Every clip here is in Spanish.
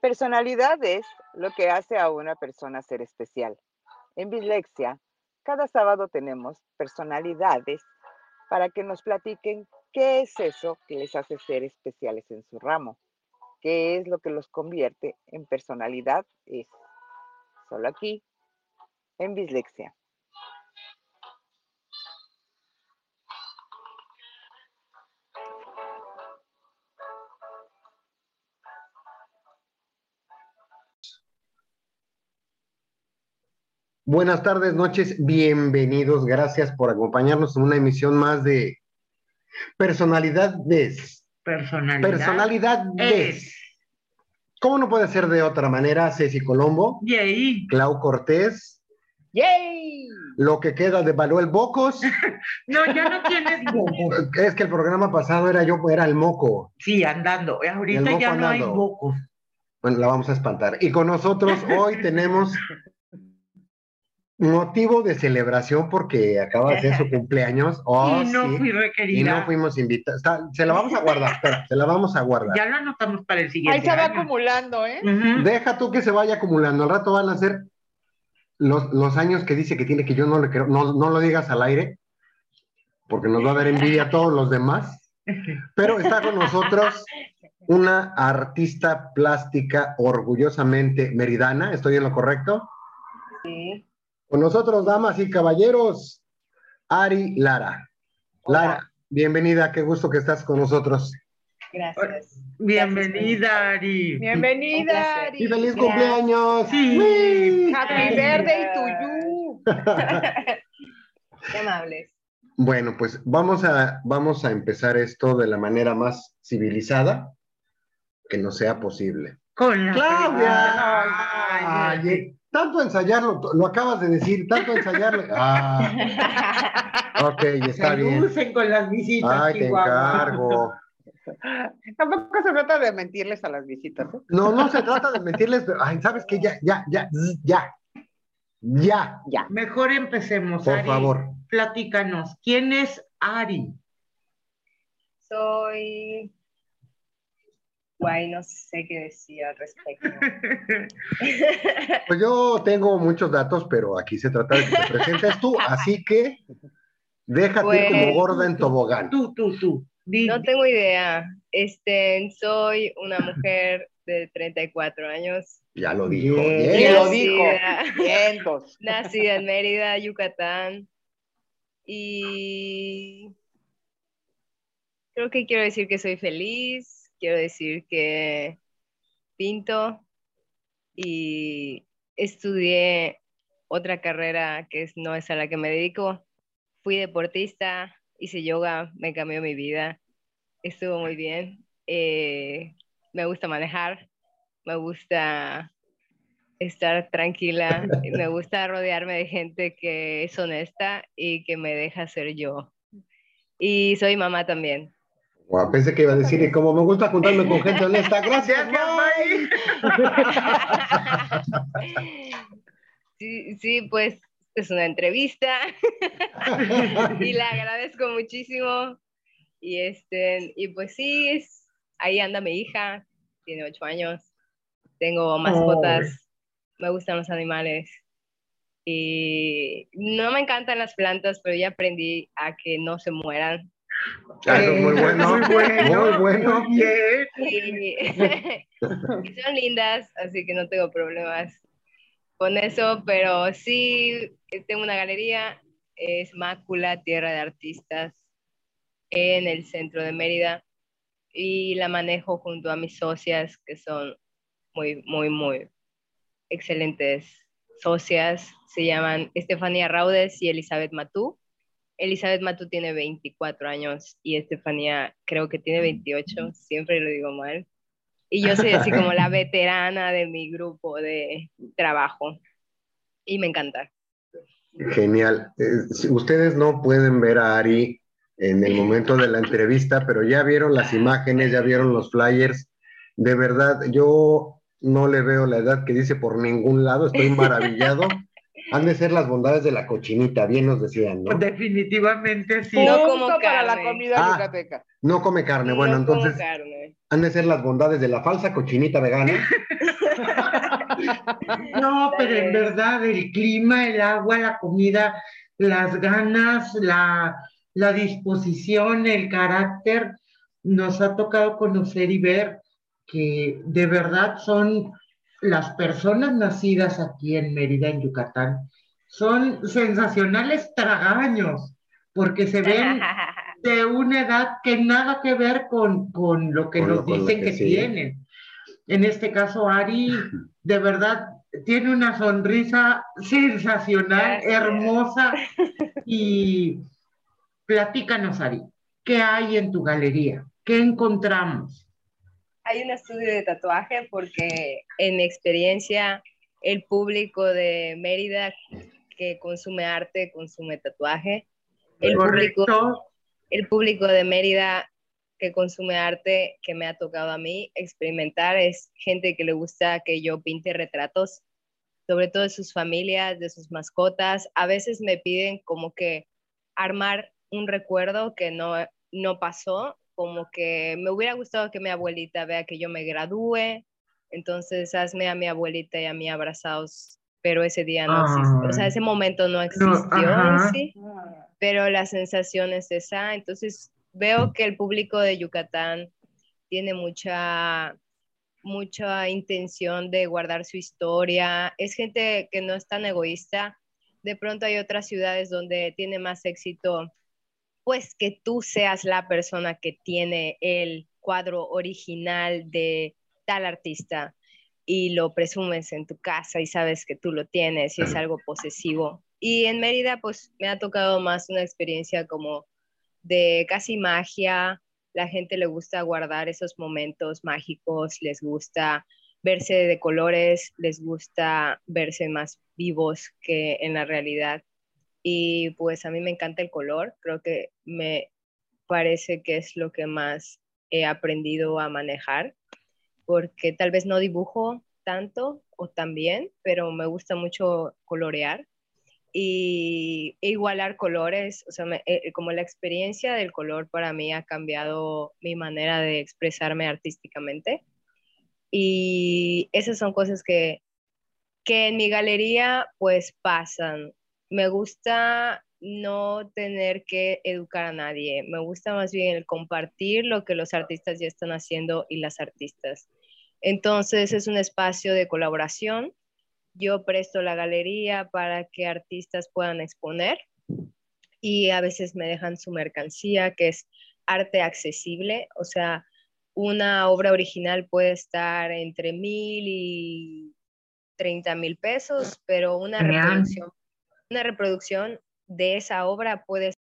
Personalidad es lo que hace a una persona ser especial. En Bislexia, cada sábado tenemos personalidades para que nos platiquen qué es eso que les hace ser especiales en su ramo, qué es lo que los convierte en personalidad. Es solo aquí, en Bislexia. Buenas tardes, noches, bienvenidos. Gracias por acompañarnos en una emisión más de Personalidades. Personalidades. ¿Cómo no puede ser de otra manera? Ceci Colombo, Yay. Clau Cortés, ¡Yay! lo que queda de Manuel Bocos. No, ya no tienes bocos. Es que el programa pasado era el moco. Sí, andando. Ahorita El moco ya no hay andando. bocos. Bueno, la vamos a espantar. Y con nosotros hoy tenemos motivo de celebración porque acaba de ser su cumpleaños. Oh, y no sí. fui requerida. Y no fuimos invitados. Se la vamos a guardar, espera, se la vamos a guardar. Ya lo anotamos para el siguiente Ahí se va año. acumulando, ¿eh? Deja tú que se vaya acumulando. Al rato van a ser los años que dice que tiene, que yo no le creo. No, no lo digas al aire, porque nos va a dar envidia a todos los demás. Pero está con nosotros una artista plástica orgullosamente meridana. ¿Estoy en lo correcto? Sí. Con nosotros, damas y caballeros, Ari Lara. Hola. Lara, bienvenida, qué gusto que estás con nosotros. Gracias. Bienvenida, Ari. Bienvenida, Ari. ¡Y feliz cumpleaños! Sí. Happy birthday to you. Qué amables. Bueno, pues vamos a empezar esto de la manera más civilizada que nos sea posible. Con la ¡Claudia! Ay, Ay, tanto ensayarlo, lo acabas de decir, tanto ensayarlo. Ok, está se bien. lucen con las visitas. Ay, te Chihuahua. encargo. Tampoco se trata de mentirles a las visitas, ¿eh? No se trata de mentirles, pero, ay, ¿sabes qué? Ya. Mejor empecemos, Por Ari. favor. Platícanos, ¿quién es Ari? Soy... Guay, no sé qué decir al respecto. Pues yo tengo muchos datos, pero aquí se trata de que te presentes tú, así que déjate ir como gorda en tobogán. Tú. No tengo idea. Soy una mujer de 34 años. Ya lo dijo. Sí, Yes. lo dijo. Vientos. Nacida en Mérida, Yucatán. Y creo que quiero decir que soy feliz. Quiero decir que pinto y estudié otra carrera que no es a la que me dedico. Fui deportista, hice yoga, me cambió mi vida. Estuvo muy bien. Me gusta manejar, me gusta estar tranquila, me gusta rodearme de gente que es honesta y que me deja ser yo. Y soy mamá también. Wow, pensé que iba a decir, y como me gusta juntarme con gente honesta, gracias, bye. Sí, pues es una entrevista y la agradezco muchísimo. Y pues sí, ahí anda mi hija, tiene 8 años, tengo mascotas, me gustan los animales y no me encantan las plantas, pero ya aprendí a que no se mueran. Eso es muy bueno. Muy bueno. Muy bien. Y son lindas, así que no tengo problemas con eso, pero sí tengo una galería, es Mácula, Tierra de Artistas, en el centro de Mérida, y la manejo junto a mis socias, que son muy, muy, muy excelentes socias. Se llaman Estefanía Raudes y Elizabeth Matú. Elizabeth Matú tiene 24 años y Estefanía creo que tiene 28, siempre lo digo mal. Y yo soy así como la veterana de mi grupo de trabajo y me encanta. Genial. Ustedes no pueden ver a Ari en el momento de la entrevista, pero ya vieron las imágenes, ya vieron los flyers. De verdad, yo no le veo la edad que dice por ningún lado, estoy maravillado. Han de ser las bondades de la cochinita, bien nos decían, ¿no? Definitivamente sí. No Punto como para la carne. comida yucateca. No come carne, bueno, No como entonces carne. han de ser las bondades de la falsa cochinita vegana. No, Tal pero en vez. verdad el clima, el agua, la comida, las ganas, la disposición, el carácter, nos ha tocado conocer y ver que de verdad son las personas nacidas aquí en Mérida, en Yucatán, son sensacionales tragaños, porque se ven de una edad que nada que ver con lo que nos Con lo dicen que que sí. tienen. En este caso, Ari, de verdad, tiene una sonrisa sensacional, Gracias. hermosa. Y platícanos, Ari, ¿qué hay en tu galería? ¿Qué encontramos? Hay un estudio de tatuaje porque en mi experiencia el público de Mérida que consume arte, consume tatuaje. El público, ¿Correcto? el público de Mérida que consume arte que me ha tocado a mí experimentar es gente que le gusta que yo pinte retratos, sobre todo de sus familias, de sus mascotas. A veces me piden como que armar un recuerdo que no pasó, como que me hubiera gustado que mi abuelita vea que yo me gradúe, entonces hazme a mi abuelita y a mí abrazados, pero ese día no existió, o sea, Ay, ese momento no no, existió en ajá. sí, pero la sensación es esa. Entonces veo que el público de Yucatán tiene mucha intención de guardar su historia, es gente que no es tan egoísta. De pronto hay otras ciudades donde tiene más éxito, pues que tú seas la persona que tiene el cuadro original de tal artista y lo presumes en tu casa y sabes que tú lo tienes y es algo posesivo. Y en Mérida, pues me ha tocado más una experiencia como de casi magia. La gente le gusta guardar esos momentos mágicos, les gusta verse de colores, les gusta verse más vivos que en la realidad. Y pues a mí me encanta el color, creo que me parece que es lo que más he aprendido a manejar, porque tal vez no dibujo tanto o tan bien, pero me gusta mucho colorear y igualar colores, o sea, como la experiencia del color para mí ha cambiado mi manera de expresarme artísticamente. Y esas son cosas que en mi galería pues pasan. Me gusta no tener que educar a nadie, me gusta más bien el compartir lo que los artistas ya están haciendo y las artistas. Entonces es un espacio de colaboración. Yo presto la galería para que artistas puedan exponer y a veces me dejan su mercancía, que es arte accesible, o sea, una obra original puede estar entre 1,000 y 30,000 pesos, pero Genial. una reproducción de esa obra puede ser,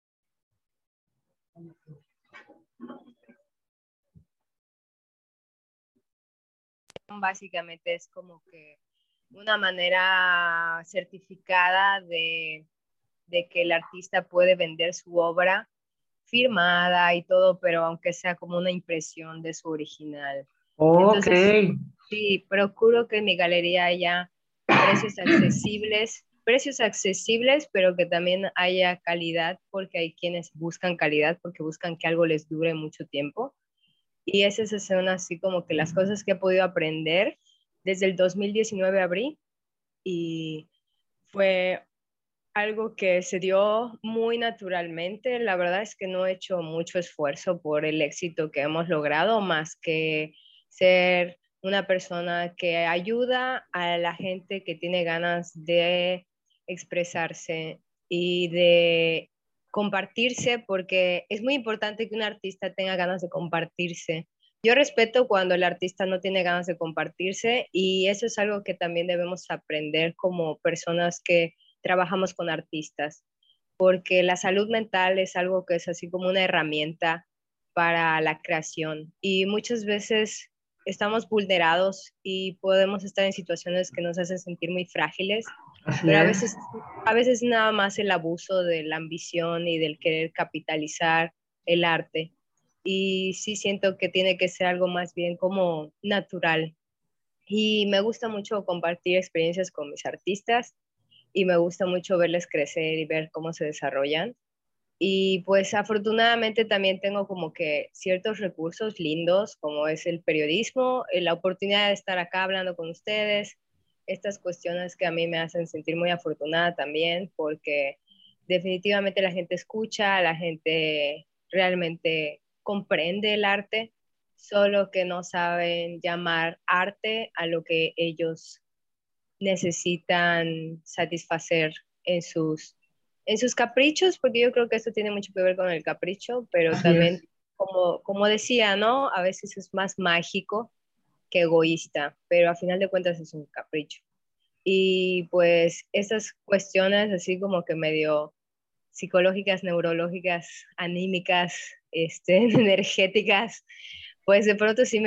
básicamente es como que una manera certificada de que el artista puede vender su obra firmada y todo, pero aunque sea como una impresión de su original. Ok. Entonces, sí, procuro que en mi galería haya precios accesibles, pero que también haya calidad, porque hay quienes buscan calidad, porque buscan que algo les dure mucho tiempo. Y esas son así como que las cosas que he podido aprender. Desde el 2019 abrí y fue algo que se dio muy naturalmente. La verdad es que no he hecho mucho esfuerzo por el éxito que hemos logrado, más que ser una persona que ayuda a la gente que tiene ganas de expresarse y de compartirse, porque es muy importante que un artista tenga ganas de compartirse. Yo respeto cuando el artista no tiene ganas de compartirse y eso es algo que también debemos aprender como personas que trabajamos con artistas, porque la salud mental es algo que es así como una herramienta para la creación y muchas veces estamos vulnerados y podemos estar en situaciones que nos hacen sentir muy frágiles, Así pero es. a veces nada más el abuso de la ambición y del querer capitalizar el arte. Y sí siento que tiene que ser algo más bien como natural. Y me gusta mucho compartir experiencias con mis artistas y me gusta mucho verles crecer y ver cómo se desarrollan. Y pues afortunadamente también tengo como que ciertos recursos lindos, como es el periodismo, la oportunidad de estar acá hablando con ustedes, estas cuestiones que a mí me hacen sentir muy afortunada también, porque definitivamente la gente escucha, la gente realmente comprende el arte, solo que no saben llamar arte a lo que ellos necesitan satisfacer en sus caprichos, porque yo creo que esto tiene mucho que ver con el capricho, pero Así también, es. como decía, ¿no? A veces es más mágico que egoísta, pero a final de cuentas es un capricho. Y pues esas cuestiones así como que medio psicológicas, neurológicas, anímicas, energéticas, pues de pronto sí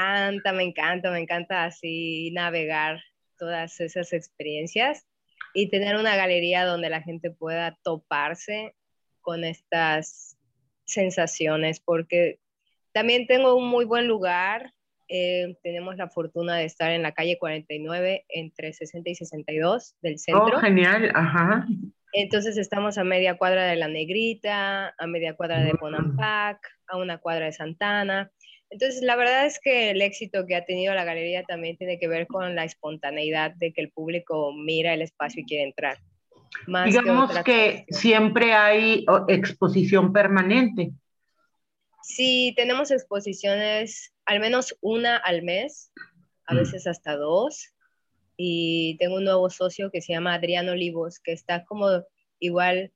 me encanta así navegar todas esas experiencias y tener una galería donde la gente pueda toparse con estas sensaciones, porque también tengo un muy buen lugar. Tenemos la fortuna de estar en la calle 49 entre 60 y 62 del Oh, centro. genial, ajá. Entonces estamos a media cuadra de La Negrita, a media cuadra de Mm. Bonampak, a una cuadra de Santana. Entonces la verdad es que el éxito que ha tenido la galería también tiene que ver con la espontaneidad de que el público mira el espacio y quiere entrar, más que Digamos otra que cuestión. siempre hay exposición permanente. Sí, tenemos exposiciones, al menos una al mes, a Mm. veces hasta dos. Y tengo un nuevo socio que se llama Adrián Olivos, que está como igual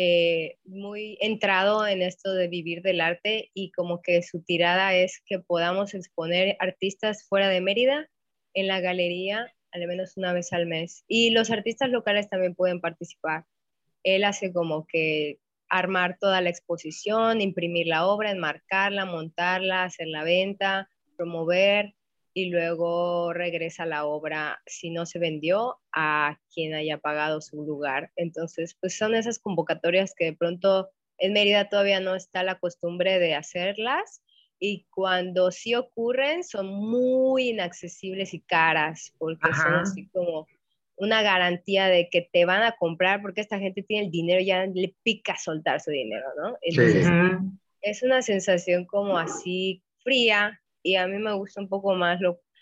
muy entrado en esto de vivir del arte y como que su tirada es que podamos exponer artistas fuera de Mérida en la galería al menos una vez al mes. Y los artistas locales también pueden participar. Él hace como que armar toda la exposición, imprimir la obra, enmarcarla, montarla, hacer la venta, promover y luego regresa la obra, si no se vendió, a quien haya pagado su lugar. Entonces, pues son esas convocatorias que de pronto en Mérida todavía no está la costumbre de hacerlas y cuando sí ocurren son muy inaccesibles y caras porque son Ajá. así como una garantía de que te van a comprar porque esta gente tiene el dinero, ya le pica soltar su dinero, ¿no? Entonces, Sí. Ujú. es una sensación como así fría y a mí me gusta un poco más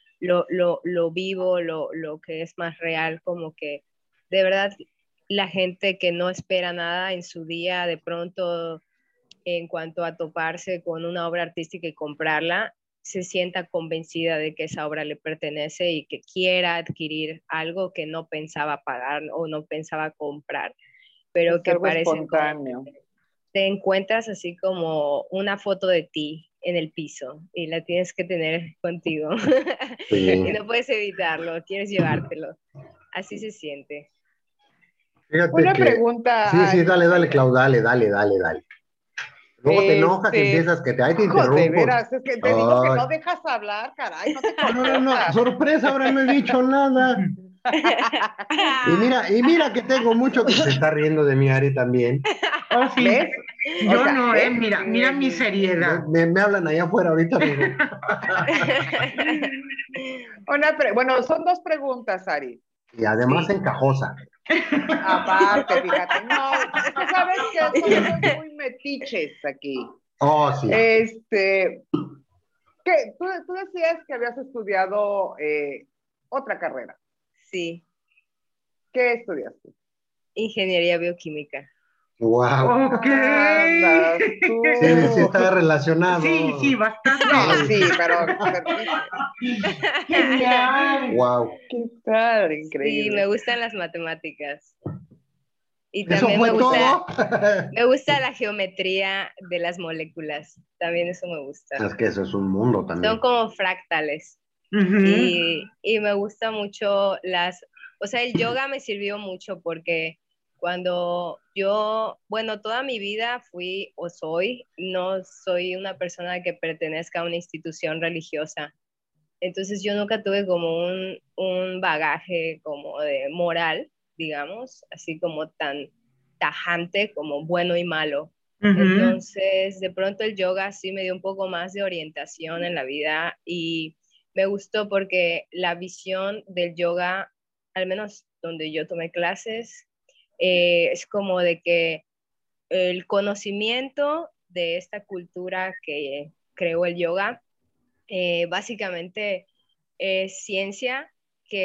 lo vivo, lo que es más real, como que de verdad la gente que no espera nada en su día, de pronto en cuanto a toparse con una obra artística y comprarla, se sienta convencida de que esa obra le pertenece y que quiera adquirir algo que no pensaba pagar o no pensaba comprar, pero Es que algo parece como espontáneo. te encuentras así como una foto de ti en el piso y la tienes que tener contigo y Sí. no puedes evitarlo, quieres llevártelo. Así se siente. Fíjate Una que, sí, pregunta, sí, dale, dale, Aida. Clau, dale, dale, dale, dale. Luego te enojas y empiezas que te, ay, te Hijo, de interrumpo. veras, es que te digo que Ay, no dejas hablar, caray, no te no, no, no, no, comportas. sorpresa, ahora no he dicho nada. Y mira que tengo mucho que se está riendo de mi Ari también. Oh, sí. ¿Ves? O Yo sea, no, ¿ves? mira mi seriedad. Me hablan allá afuera, ahorita regreso. Bueno, son dos preguntas, Ari. Y además Sí. encajosa. Aparte, fíjate, no, es que sabes que somos muy metiches aquí. Oh, sí. Este, ¿qué? Tú decías que habías estudiado otra carrera. Sí, ¿Qué estudiaste? ingeniería bioquímica. Wow. Ok. Andas Sí, sí tú. está Sí, sí, relacionado. No, bastante. sí, pero Genial. Wow. qué padre, Sí, me increíble. gustan las matemáticas y ¿Eso también fue todo? me gusta la geometría de las moléculas. También eso me gusta. Es que eso es un mundo Son también. como fractales. Ujú. Y me gusta mucho o sea, el yoga me sirvió mucho porque cuando yo, bueno, toda mi vida fui o soy, no soy una persona que pertenezca a una institución religiosa. Entonces yo nunca tuve como un bagaje como de moral, digamos, así como tan tajante como bueno y malo. Ujú. Entonces, de pronto el yoga sí me dio un poco más de orientación en la vida y me gustó porque la visión del yoga, al menos donde yo tomé clases, es como de que el conocimiento de esta cultura que creó el yoga, básicamente es ciencia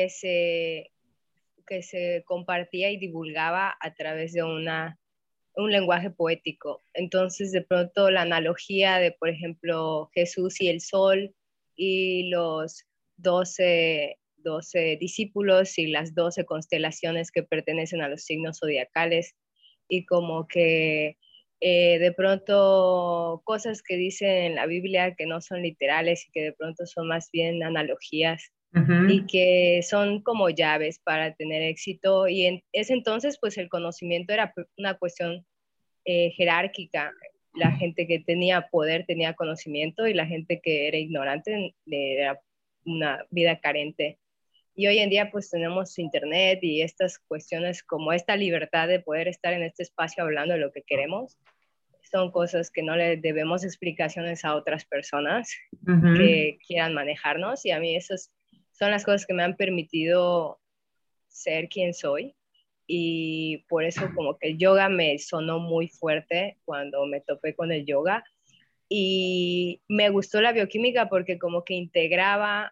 que se compartía y divulgaba a través de un lenguaje poético. Entonces, de pronto, la analogía de, por ejemplo, Jesús y el sol y los 12 discípulos y las 12 constelaciones que pertenecen a los signos zodiacales, y como que de pronto cosas que dicen en la Biblia que no son literales y que de pronto son más bien analogías y que son como llaves para tener éxito. Y en ese entonces, pues el conocimiento era una cuestión jerárquica. La gente que tenía poder tenía conocimiento y la gente que era ignorante era una vida carente. Y hoy en día pues tenemos internet y estas cuestiones como esta libertad de poder estar en este espacio hablando de lo que queremos. Son cosas que no le debemos explicaciones a otras personas que quieran manejarnos, y a mí esas son las cosas que me han permitido ser quien soy, y por eso como que el yoga me sonó muy fuerte cuando me topé con el yoga, y me gustó la bioquímica porque como que integraba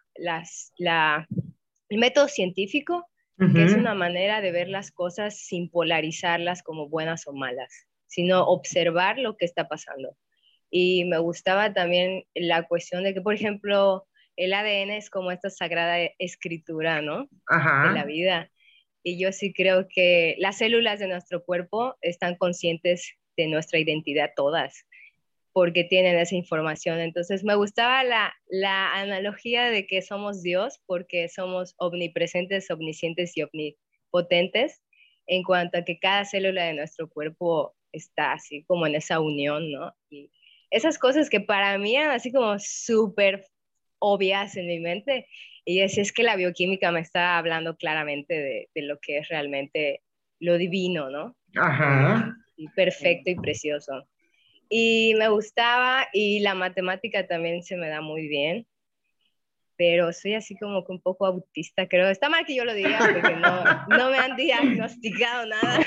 el método científico, que es una manera de ver las cosas sin polarizarlas como buenas o malas, sino observar lo que está pasando. Y me gustaba también la cuestión de que, por ejemplo, el ADN es como esta sagrada escritura, ¿no? De la vida. Y yo sí creo que las células de nuestro cuerpo están conscientes de nuestra identidad todas, porque tienen esa información. Entonces me gustaba la analogía de que somos Dios porque somos omnipresentes, omniscientes y omnipotentes, en cuanto a que cada célula de nuestro cuerpo está así como en esa unión, ¿no? Y esas cosas que para mí eran así como súper obvias en mi mente, y es que la bioquímica me está hablando claramente de lo que es realmente lo divino, ¿no? Y perfecto y precioso. Y me gustaba, y la matemática también se me da muy bien, pero soy así como que un poco autista, creo. Está mal que yo lo diga porque no me han diagnosticado nada,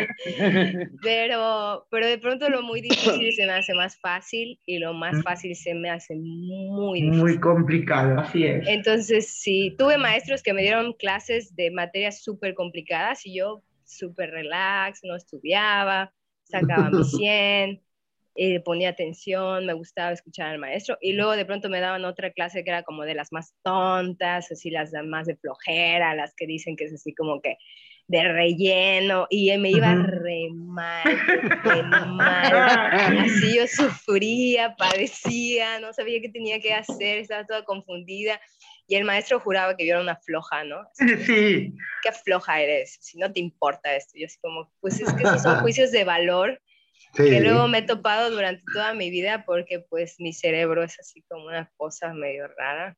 pero de pronto lo muy difícil se me hace más fácil y lo más fácil se me hace muy difícil. Muy complicado, así es. Entonces, sí, tuve maestros que me dieron clases de materias súper complicadas y yo súper relax, no estudiaba, sacaba mi 100, ponía atención, me gustaba escuchar al maestro, y luego de pronto me daban otra clase que era como de las más tontas, así las más de flojera, las que dicen que es así como que de relleno, y me iba re mal, así yo sufría, padecía, no sabía qué tenía que hacer, estaba toda confundida, y el maestro juraba que yo era una floja, ¿no? Sí. Qué floja eres, si no te importa esto. Yo así como, pues es que esos son juicios de valor que luego me he topado durante toda mi vida, porque pues mi cerebro es así como una cosa medio rara.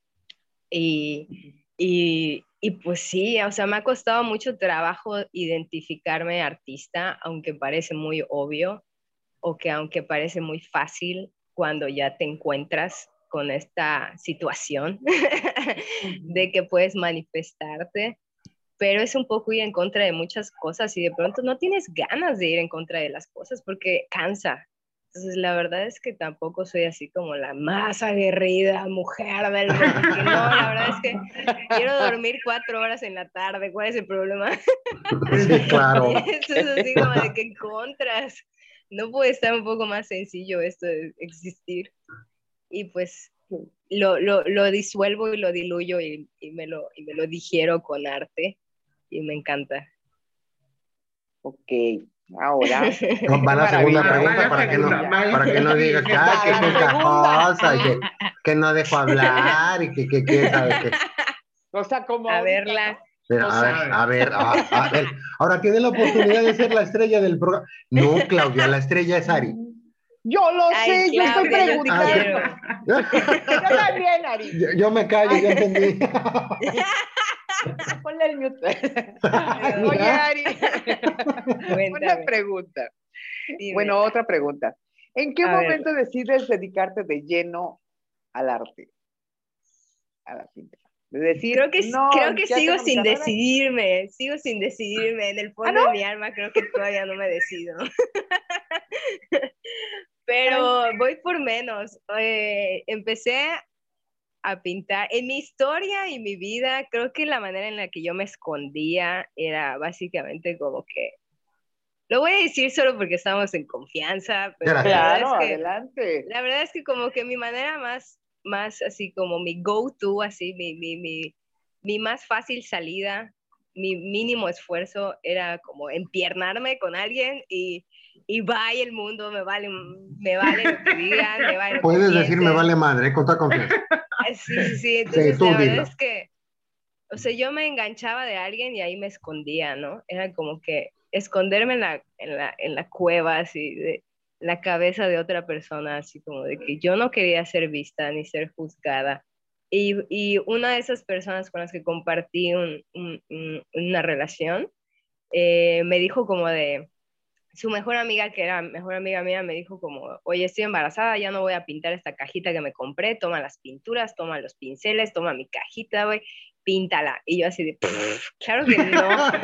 Y pues sí, o sea, me ha costado mucho trabajo identificarme artista, aunque parece muy obvio, o que aunque parece muy fácil cuando ya te encuentras con esta situación de que puedes manifestarte, pero es un poco ir en contra de muchas cosas y de pronto no tienes ganas de ir en contra de las cosas porque cansa. Entonces, la verdad es que tampoco soy así como la más aguerrida mujer del mundo. No, la verdad es que quiero dormir 4 horas en la tarde. ¿Cuál es el problema? Sí, claro. Y eso es así como de que contras. No puede estar un poco más sencillo esto de existir. Y pues lo disuelvo y lo diluyo y me lo digiero con arte y me encanta. Ok, ahora. Va la segunda pregunta para que no digas que, qué cajosa, que no dejo hablar y que sabe qué. O sea, como a ahorita, verla. ¿no? A ver. Ahora tiene la oportunidad de ser la estrella del programa. No, Claudia, la estrella es Ari. Yo lo sé, yo estoy preguntando. Yo Yo también, Ari. Yo me callo, ya entendí. Ponle el mute. Oye, Ari, una pregunta. Dime. Bueno, otra pregunta. ¿En qué momento decides dedicarte de lleno al arte? A la pintura. De decir, creo que sigo sin decidirme, en el fondo de mi alma creo que todavía no me decido. voy por menos. Empecé a pintar. En mi historia y mi vida, creo que la manera en la que yo me escondía era básicamente como que, lo voy a decir solo porque estamos en confianza, pero Gracias. Claro, adelante. la verdad es que como que mi manera más así como mi go-to, así, mi más fácil salida, mi mínimo esfuerzo era como empiernarme con alguien y vaya el mundo, me vale lo que digan, me vale lo que Puedes decir me piensen. vale madre, con toda confianza. Sí, sí, sí. Sí, Entonces, tú la verdad dilo. es que, o sea, yo me enganchaba de alguien y ahí me escondía, ¿no? Era como que esconderme en la cueva, así, de la cabeza de otra persona, así como de que yo no quería ser vista ni ser juzgada. Y una de esas personas con las que compartí una relación me dijo como de, su mejor amiga, que era mejor amiga mía, me dijo como, oye, estoy embarazada, ya no voy a pintar esta cajita que me compré, toma las pinturas, toma los pinceles, toma mi cajita, güey, píntala. Y yo así de, claro que no.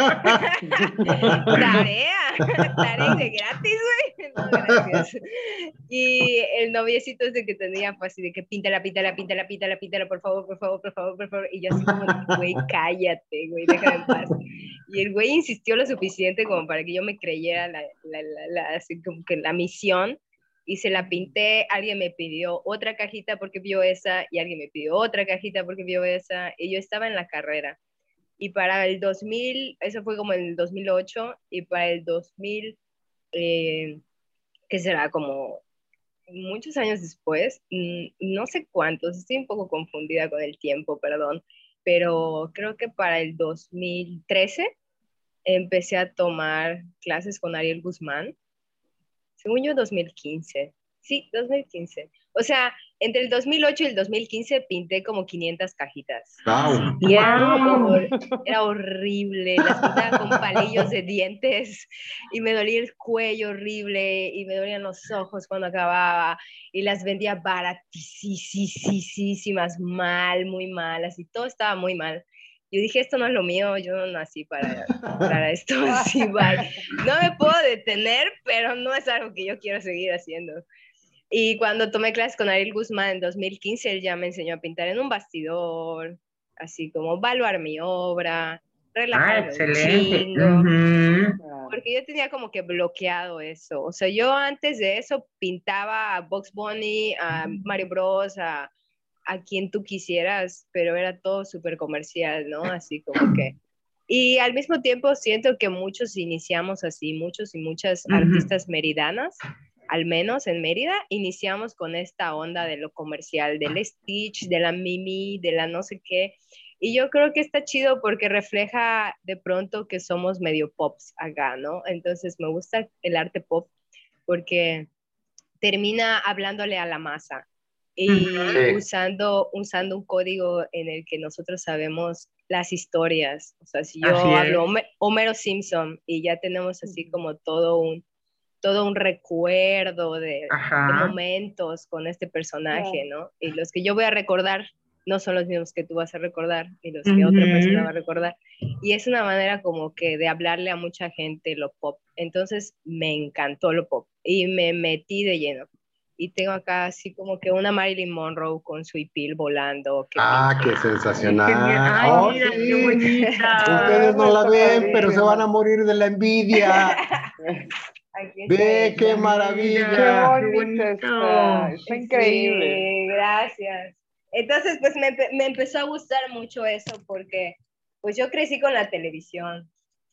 Tarea, tarea y de gratis, güey. No, gracias. Y el noviecito ese que tenía fue así de que píntala, píntala, píntala, píntala, píntala, por favor, por favor, por favor, por favor. Y yo así como, güey, cállate, güey, déjame en paz. Y el güey insistió lo suficiente como para que yo me creyera así como que la misión y se la pinté. Alguien me pidió otra cajita porque vio esa y alguien me pidió otra cajita porque vio esa y yo estaba en la carrera. Y para el 2000, eso fue como en el 2008 y para el 2000, que será como muchos años después, no sé cuántos, estoy un poco confundida con el tiempo, perdón, pero creo que para el 2013 empecé a tomar clases con Ariel Guzmán, según yo 2015, sí, 2015. O sea, entre el 2008 y el 2015 pinté como 500 cajitas. Wow. Sí, y ¡Guau! era horrible, las pintaba con palillos de dientes y me dolía el cuello horrible y me dolían los ojos cuando acababa y las vendía baratísimas, mal, muy mal, así todo estaba muy mal. Yo dije, esto no es lo mío, yo no nací para esto, sí, bye. No me puedo detener, pero no es algo que yo quiero seguir haciendo. Y cuando tomé clases con Ariel Guzmán en 2015, él ya me enseñó a pintar en un bastidor, así como evaluar mi obra, Ah, relajarme un excelente. chingo, Ujú. porque yo tenía como que bloqueado eso. O sea, yo antes de eso pintaba a Bugs Bunny, a Mario Bros, a quien tú quisieras, pero era todo súper comercial, ¿no? Así como que... Y al mismo tiempo siento que muchos iniciamos así, muchos y muchas Ujú. artistas meridanas, al menos en Mérida, iniciamos con esta onda de lo comercial, del Stitch, de la Mimi, de la no sé qué. Y yo creo que está chido porque refleja de pronto que somos medio pops acá, ¿no? Entonces me gusta el arte pop porque termina hablándole a la masa y Sí. usando un código en el que nosotros sabemos las historias. O sea, si Así yo hablo es. Homero Simpson y ya tenemos así como todo un recuerdo de Ajá. momentos con este personaje, Claro. ¿no? Y los que yo voy a recordar no son los mismos que tú vas a recordar y los que otra persona va Ujú. a recordar. Y es una manera como que de hablarle a mucha gente lo pop. Entonces me encantó lo pop y me metí de lleno. Y tengo acá así como que una Marilyn Monroe con su hipil volando que Ah, qué pinté. Ay, genial. sensacional. Ay, Oh, mira, qué sí. bonita. Ustedes no la Está ven, pero se van a padrísimo. morir de la envidia. Aquí está Ve qué ella. Qué Mira, maravilla. qué bonita está. bonito. Está increíble. Sí, gracias. Entonces, pues me empezó a gustar mucho eso porque pues yo crecí con la televisión.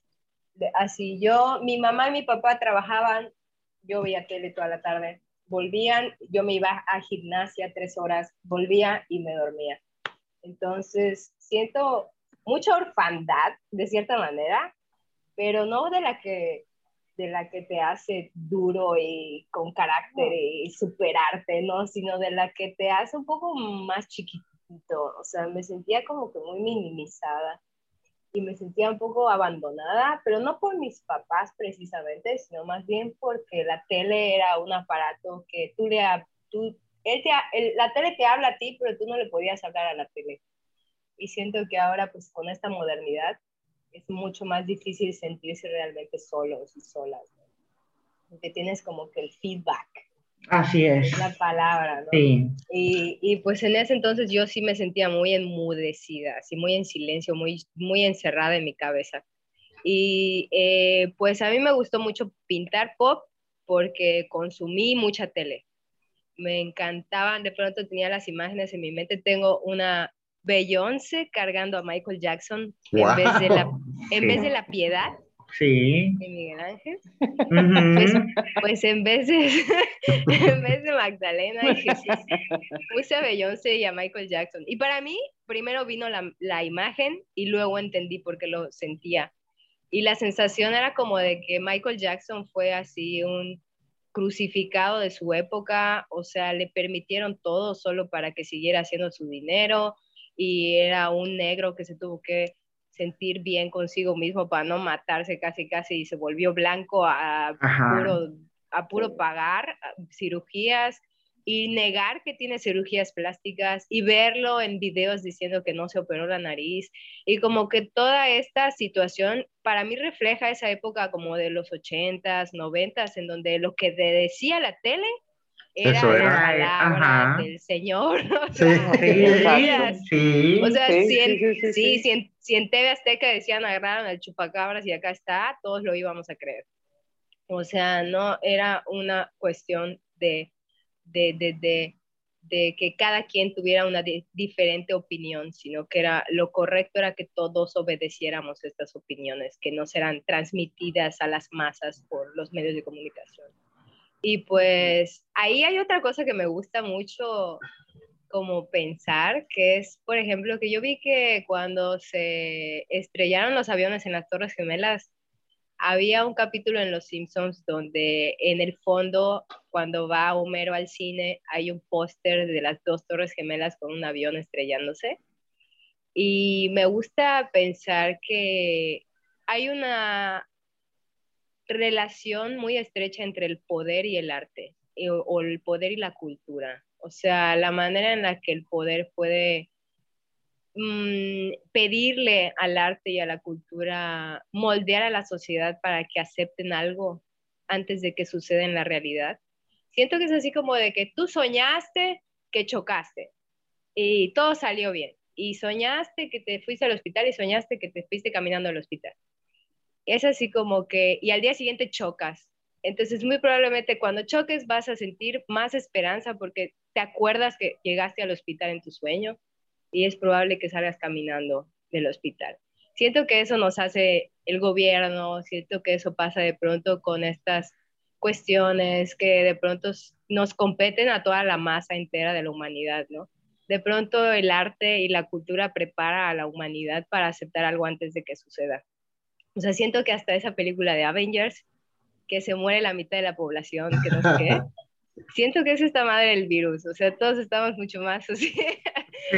Así mi mamá y mi papá trabajaban, yo veía tele toda la tarde, volvían, yo me iba a gimnasia 3 horas, volvía y me dormía. Entonces, siento mucha orfandad, de cierta manera, pero no de la que te hace duro y con carácter No, y superarte, ¿no? Sino de la que te hace un poco más chiquitito. O sea, me sentía como que muy minimizada y me sentía un poco abandonada, pero no por mis papás precisamente, sino más bien porque la tele era un aparato que la tele te habla a ti, pero tú no le podías hablar a la tele. Y siento que ahora, pues con esta modernidad, es mucho más difícil sentirse realmente solos y solas, ¿no? Porque tienes como que el feedback. Así es. Es la palabra, ¿no? Sí. Y pues en ese entonces yo sí me sentía muy enmudecida, así muy en silencio, muy encerrada en mi cabeza. Y pues a mí me gustó mucho pintar pop porque consumí mucha tele. Me encantaban, de pronto tenía las imágenes en mi mente. Tengo una Beyoncé cargando a Michael Jackson ¡Wow! en vez de la piedad Sí. de Miguel Ángel. Pues, Ujú. pues en vez de, en vez de Magdalena y Jesús, puse a Beyoncé y a Michael Jackson. Y para mí, primero vino la imagen y luego entendí por qué lo sentía. Y la sensación era como de que Michael Jackson fue así un crucificado de su época, o sea, le permitieron todo solo para que siguiera haciendo su dinero y era un negro que se tuvo que sentir bien consigo mismo para no matarse casi casi y se volvió blanco Ajá. a puro pagar cirugías y negar que tiene cirugías plásticas y verlo en videos diciendo que no se operó la nariz y como que toda esta situación para mí refleja esa época como de los 80s, 90s, en donde lo que te decía la tele Eso era la era. palabra Ajá. del Señor, o Sí. sea, Sí, Exacto. decías, o sí. sea, Sí, sí, sí, sí, sí. si en TV Azteca decían agarraron al chupacabras y acá está, todos lo íbamos a creer. O sea, no era una cuestión de, de, de, de que cada quien tuviera una diferente opinión, sino que era lo correcto era que todos obedeciéramos estas opiniones, que no serán transmitidas a las masas por los medios de comunicación. Y pues ahí hay otra cosa que me gusta mucho como pensar, que es, por ejemplo, que yo vi que cuando se estrellaron los aviones en las Torres Gemelas, había un capítulo en Los Simpsons donde en el fondo, cuando va Homero al cine, hay un póster de las dos Torres Gemelas con un avión estrellándose. Y me gusta pensar que hay una relación muy estrecha entre el poder y el arte, o el poder y la cultura. O sea, la manera en la que el poder puede pedirle al arte y a la cultura moldear a la sociedad para que acepten algo antes de que suceda en la realidad. Siento que es así como de que tú soñaste que chocaste y todo salió bien. Y soñaste que te fuiste al hospital y soñaste que te fuiste caminando al hospital. Es así como que, y al día siguiente chocas. Entonces, muy probablemente cuando choques vas a sentir más esperanza porque te acuerdas que llegaste al hospital en tu sueño y es probable que salgas caminando del hospital. Siento que eso nos hace el gobierno, siento que eso pasa de pronto con estas cuestiones que de pronto nos competen a toda la masa entera de la humanidad, ¿no? De pronto el arte y la cultura prepara a la humanidad para aceptar algo antes de que suceda. O sea, siento que hasta esa película de Avengers, que se muere la mitad de la población, que no sé qué, siento que es esta madre del virus. O sea, todos estamos mucho más así, Sí.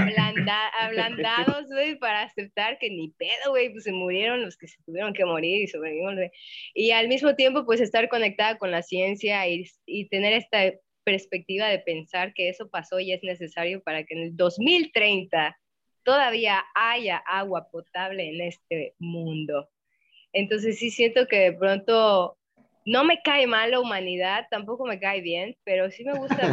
ablandados, güey, para aceptar que ni pedo, güey, pues se murieron los que se tuvieron que morir y sobrevivimos, güey. Y al mismo tiempo, pues estar conectada con la ciencia y tener esta perspectiva de pensar que eso pasó y es necesario para que en el 2030 todavía haya agua potable en este mundo. Entonces sí siento que de pronto no me cae mal la humanidad, tampoco me cae bien, pero sí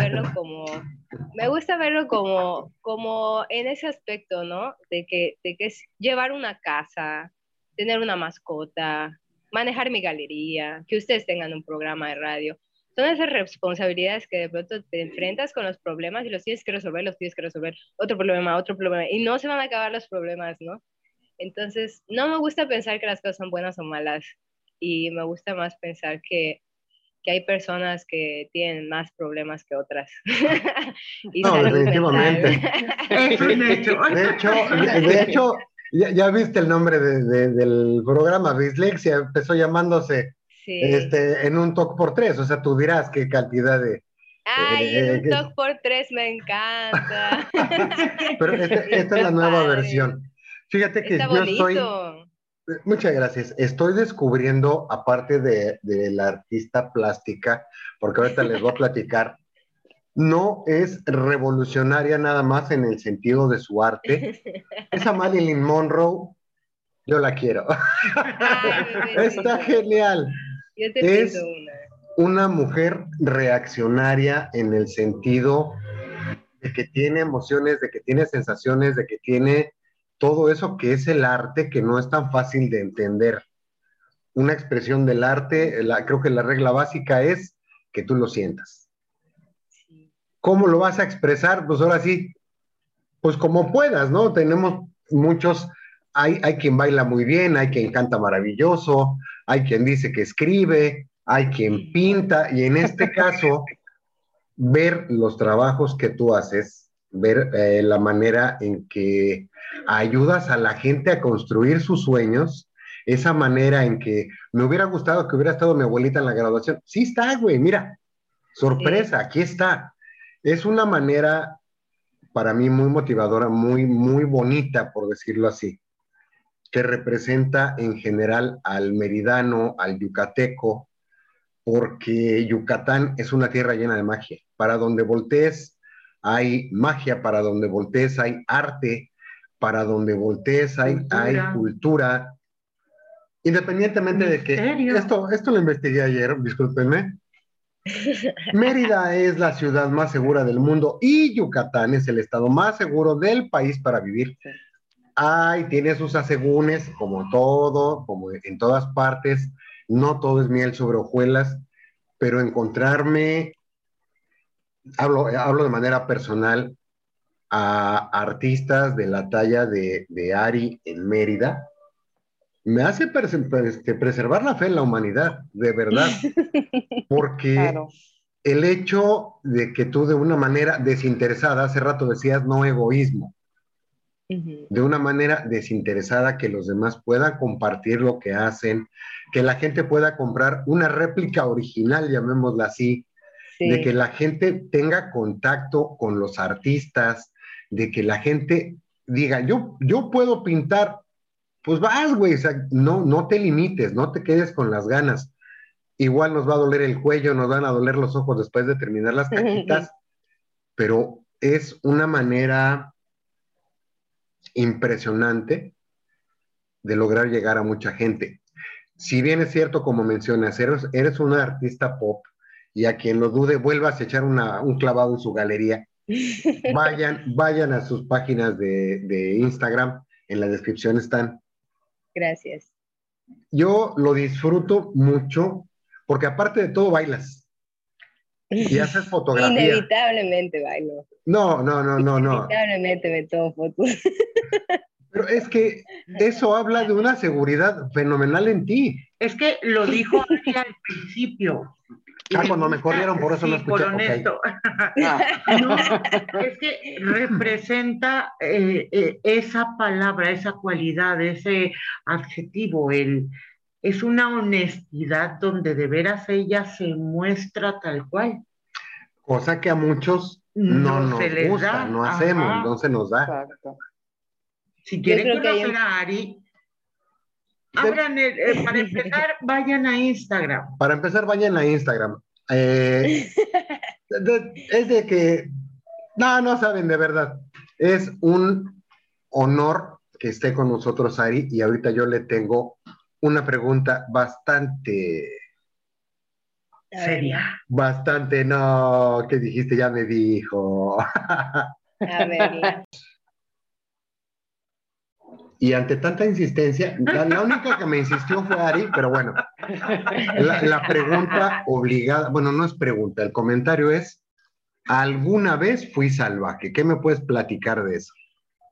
me gusta verlo como en ese aspecto, ¿no? De que es llevar una casa, tener una mascota, manejar mi galería, que ustedes tengan un programa de radio. Son esas responsabilidades que de pronto te enfrentas con los problemas y los tienes que resolver, otro problema, y no se van a acabar los problemas, ¿no? Entonces, no me gusta pensar que las cosas son buenas o malas y me gusta más pensar que hay personas que tienen más problemas que otras y No, salud mental. definitivamente. Es un Sí, hecho. de hecho, ya viste el nombre del programa, Bislexia, empezó llamándose Sí. en un talk por tres, o sea, tú dirás qué cantidad de... Ay, en un que- talk por tres me encanta. pero esta es la Está nueva padre. versión. Fíjate Está que yo estoy, bonito. muchas gracias, estoy descubriendo, aparte de la artista plástica, porque ahorita les voy a platicar, no es revolucionaria nada más en el sentido de su arte. Esa Marilyn Monroe, yo la quiero. Ay, bebecito. Está genial. Yo te pinto Es una. una mujer reaccionaria en el sentido de que tiene emociones, de que tiene sensaciones, de que tiene todo eso que es el arte, que no es tan fácil de entender. Una expresión del arte, creo que la regla básica es que tú lo sientas. ¿Cómo lo vas a expresar? Pues ahora sí, pues como puedas, ¿no? Tenemos muchos, hay quien baila muy bien, hay quien canta maravilloso, hay quien dice que escribe, hay quien pinta, y en este caso, ver los trabajos que tú haces, ver la manera en que ayudas a la gente a construir sus sueños, esa manera en que me hubiera gustado que hubiera estado mi abuelita en la graduación. Sí está, güey, mira, sorpresa, Sí. aquí está. Es una manera para mí muy motivadora, muy, muy bonita, por decirlo así, que representa en general al meridano, al yucateco, porque Yucatán es una tierra llena de magia. Para donde voltees hay magia, para donde voltees hay arte, para donde voltees hay cultura. Independientemente de que esto lo investigué ayer, discúlpenme. Mérida es la ciudad más segura del mundo y Yucatán es el estado más seguro del país para vivir. Ay, tiene sus asegúnes, como todo, como en todas partes. No todo es miel sobre hojuelas, pero encontrarme, hablo de manera personal, a artistas de la talla de Ari en Mérida, me hace preservar la fe en la humanidad, de verdad, porque Claro. el hecho de que tú de una manera desinteresada, hace rato decías no egoísmo, de una manera desinteresada que los demás puedan compartir lo que hacen, que la gente pueda comprar una réplica original, llamémosla así, de que Sí. la gente tenga contacto con los artistas, de que la gente diga, yo puedo pintar, pues vas, güey, o sea, no te limites, no te quedes con las ganas. Igual nos va a doler el cuello, nos van a doler los ojos después de terminar las cajitas, pero es una manera impresionante de lograr llegar a mucha gente. Si bien es cierto, como mencionas, eres una artista pop y a quien lo dude, vuelvas a echar un clavado en su galería. Vayan a sus páginas de Instagram, en la descripción están. Gracias. Yo lo disfruto mucho porque aparte de todo bailas y haces fotografía. Inevitablemente bailo. No. Inevitablemente me tomo fotos. Pero es que eso habla de una seguridad fenomenal en ti. Es que lo dijo Ari al principio. Cuando me corrieron, por eso no Sí, escuché. por honesto. Ah. No, es que representa esa palabra, esa cualidad, ese adjetivo, es una honestidad donde de veras ella se muestra tal cual. Cosa que a muchos no No nos se les gusta, da. no hacemos, Ajá. no se nos da. Exacto. Si Yo quieren creo que hay conocer a Ari, abran para empezar, vayan a Instagram. Para empezar, vayan a Instagram. Es de que, no saben de verdad. Es un honor que esté con nosotros Ari y ahorita yo le tengo una pregunta Seria. no, ¿qué dijiste? Ya me dijo. A verla. Y ante tanta insistencia, la única que me insistió fue Ari, pero bueno, la pregunta obligada, bueno, no es pregunta, el comentario es, ¿alguna vez fui salvaje? ¿Qué me puedes platicar de eso?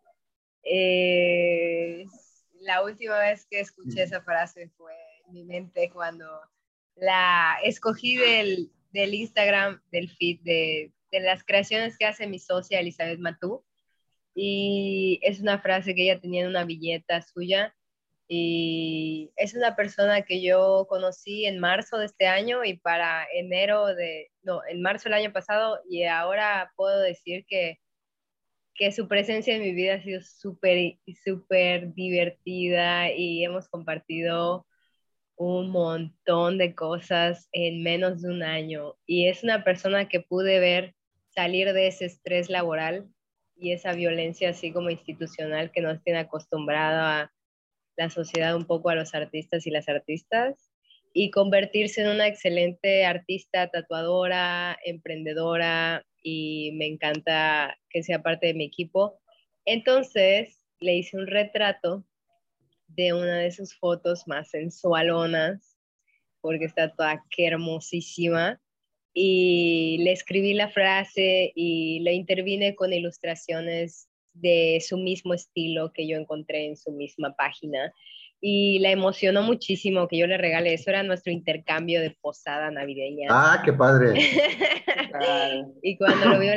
La última vez que escuché esa frase fue en mi mente cuando la escogí del Instagram, del feed, de las creaciones que hace mi socia Elizabeth Matú. Y es una frase que ella tenía en una billeta suya. Y es una persona que yo conocí en marzo de este año y para en marzo del año pasado, y ahora puedo decir que su presencia en mi vida ha sido súper divertida y hemos compartido un montón de cosas en menos de un año. Y es una persona que pude ver salir de ese estrés laboral y esa violencia así como institucional que nos tiene acostumbrado a la sociedad un poco a los artistas y las artistas. y convertirse en una excelente artista, tatuadora, emprendedora, y me encanta que sea parte de mi equipo. Entonces le hice un retrato de una de sus fotos más sensualonas, porque está toda que hermosísima, y le escribí la frase y le intervine con ilustraciones de su mismo estilo que yo encontré en su misma página. Y la emocionó muchísimo que yo le regale eso, era nuestro intercambio de posada navideña. Ah, qué padre. Claro. Y cuando lo vio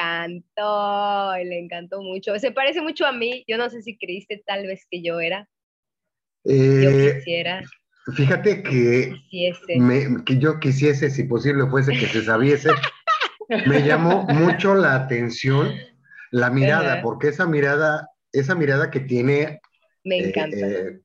le encantó mucho. Se parece mucho a mí, yo no sé si creíste tal vez que yo era, yo Eh, quisiera, Fíjate quisiese. que yo quisiese, si posible fuese, que se sabiese. Me llamó mucho la atención la mirada, Ajá, porque esa mirada que tiene, me eh, encanta, eh,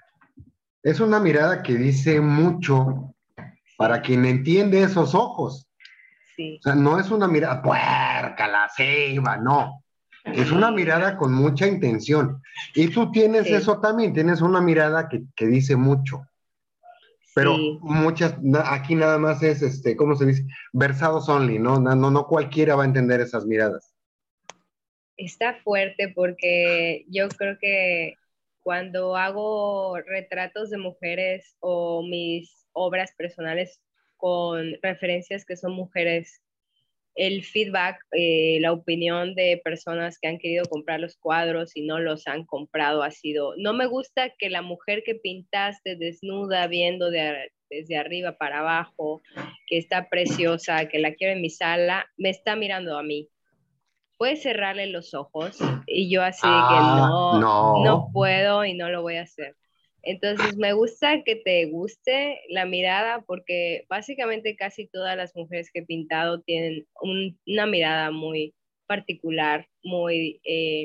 es una mirada que dice mucho para sí, quien entiende esos ojos. O sí, sea, no es una mirada puerca, la ceiba, no. Es una sí, mirada con mucha intención. Y tú tienes sí, eso también, tienes una mirada que dice mucho. Pero sí. aquí nada más es, ¿cómo se dice? Versados only, ¿no? No cualquiera va a entender esas miradas. Está fuerte porque yo creo que cuando hago retratos de mujeres o mis obras personales con referencias que son mujeres, el feedback, la opinión de personas que han querido comprar los cuadros y no los han comprado ha sido, no me gusta que la mujer que pintaste desnuda viendo desde arriba para abajo, que está preciosa, que la quiero en mi sala, me está mirando a mí. Puedes cerrarle los ojos y yo así de que Ah, no, no no. puedo y no lo voy a hacer. Entonces me gusta que te guste la mirada porque básicamente casi todas las mujeres que he pintado tienen una mirada muy particular, muy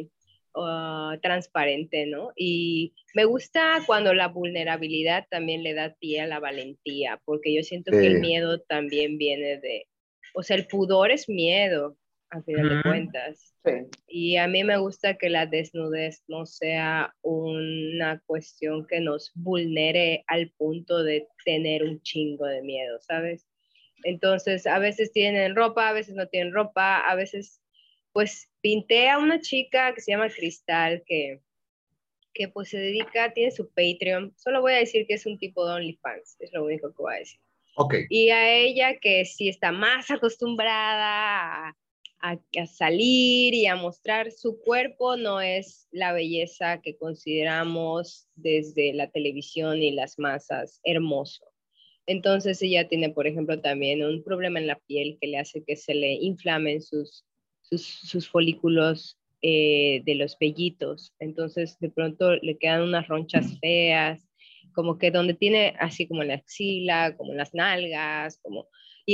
transparente, ¿no? Y me gusta cuando la vulnerabilidad también le da pie a la valentía, porque yo siento que el Eh, miedo también viene de, o sea, el pudor es miedo, a final de Ujú. cuentas. Sí, Y a mí me gusta que la desnudez no sea una cuestión que nos vulnere al punto de tener un chingo de miedo, ¿sabes? Entonces, a veces tienen ropa, a veces no tienen ropa, a veces, pues pinté a una chica que se llama Cristal, que pues se dedica, tiene su Patreon, solo voy a decir que es un tipo de OnlyFans, es lo único que voy a decir. ok. Y a ella que sí está más acostumbrada a salir y a mostrar su cuerpo, no es la belleza que consideramos desde la televisión y las masas hermoso. Entonces ella tiene, por ejemplo, también un problema en la piel que le hace que se le inflamen sus folículos de los vellitos. Entonces de pronto le quedan unas ronchas feas, como que donde tiene así como en la axila, como en las nalgas, como...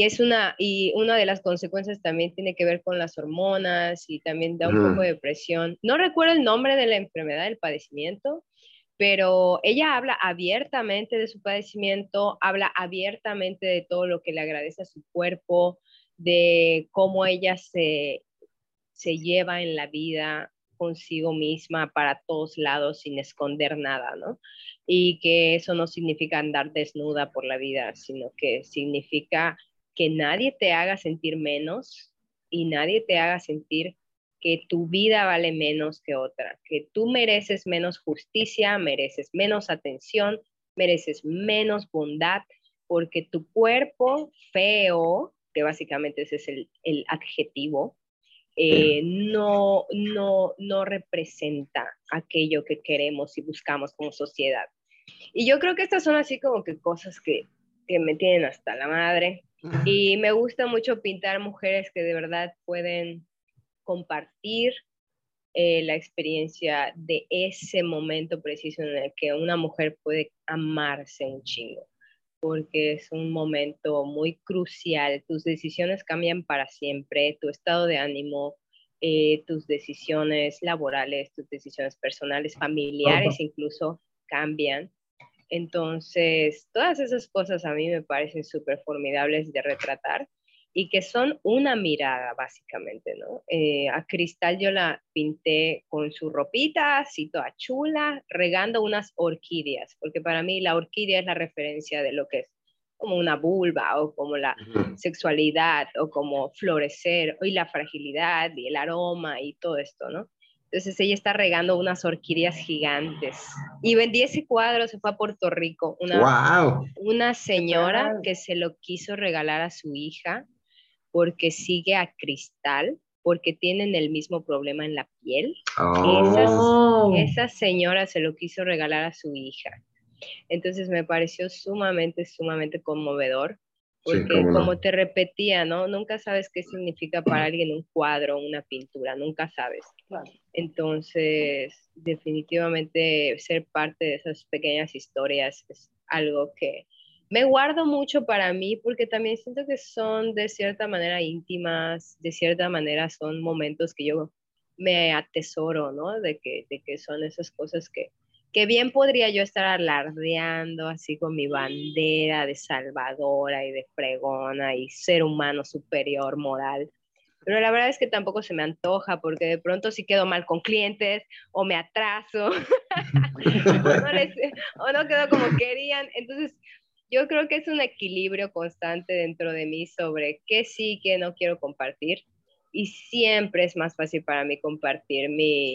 Y una de las consecuencias también tiene que ver con las hormonas y también da un poco Ujú. de presión. No recuerdo el nombre de la enfermedad, del padecimiento, pero ella habla abiertamente de su padecimiento, habla abiertamente de todo lo que le agradece a su cuerpo, de cómo ella se lleva en la vida consigo misma para todos lados sin esconder nada, ¿no? Y que eso no significa andar desnuda por la vida, sino que significa que nadie te haga sentir menos y nadie te haga sentir que tu vida vale menos que otra, que tú mereces menos justicia, mereces menos atención, mereces menos bondad, porque tu cuerpo feo, que básicamente ese es el adjetivo, Sí. no representa aquello que queremos y buscamos como sociedad. Y yo creo que estas son así como que cosas que me tienen hasta la madre. Y me gusta mucho pintar mujeres que de verdad pueden compartir la experiencia de ese momento preciso en el que una mujer puede amarse un chingo, porque es un momento muy crucial. Tus decisiones cambian para siempre, tu estado de ánimo, tus decisiones laborales, tus decisiones personales, familiares incluso cambian. Entonces, todas esas cosas a mí me parecen súper formidables de retratar y que son una mirada, básicamente, ¿no? A Cristal yo la pinté con su ropita, así toda chula, regando unas orquídeas, porque para mí la orquídea es la referencia de lo que es como una vulva o como la sexualidad o como florecer y la fragilidad y el aroma y todo esto, ¿no? Entonces ella está regando unas orquídeas gigantes. Y vendí ese cuadro, se fue a Puerto Rico, ¡Wow! una señora que se lo quiso regalar a su hija porque sigue a Cristal, porque tienen el mismo problema en la piel. Oh. Esa señora se lo quiso regalar a su hija. Entonces me pareció sumamente, sumamente conmovedor, Sí, porque cómo no. como te repetía, ¿no? Nunca sabes qué significa para alguien un cuadro, una pintura, nunca sabes. Claro. Entonces, definitivamente ser parte de esas pequeñas historias es algo que me guardo mucho para mí, porque también siento que son de cierta manera íntimas, de cierta manera son momentos que yo me atesoro, ¿no? De que son esas cosas que bien podría yo estar alardeando así con mi bandera de salvadora y de fregona y ser humano superior moral. Pero la verdad es que tampoco se me antoja porque de pronto sí quedo mal con clientes o me atraso o no quedo como querían. Entonces, yo creo que es un equilibrio constante dentro de mí sobre qué sí, qué no quiero compartir. Y siempre es más fácil para mí compartir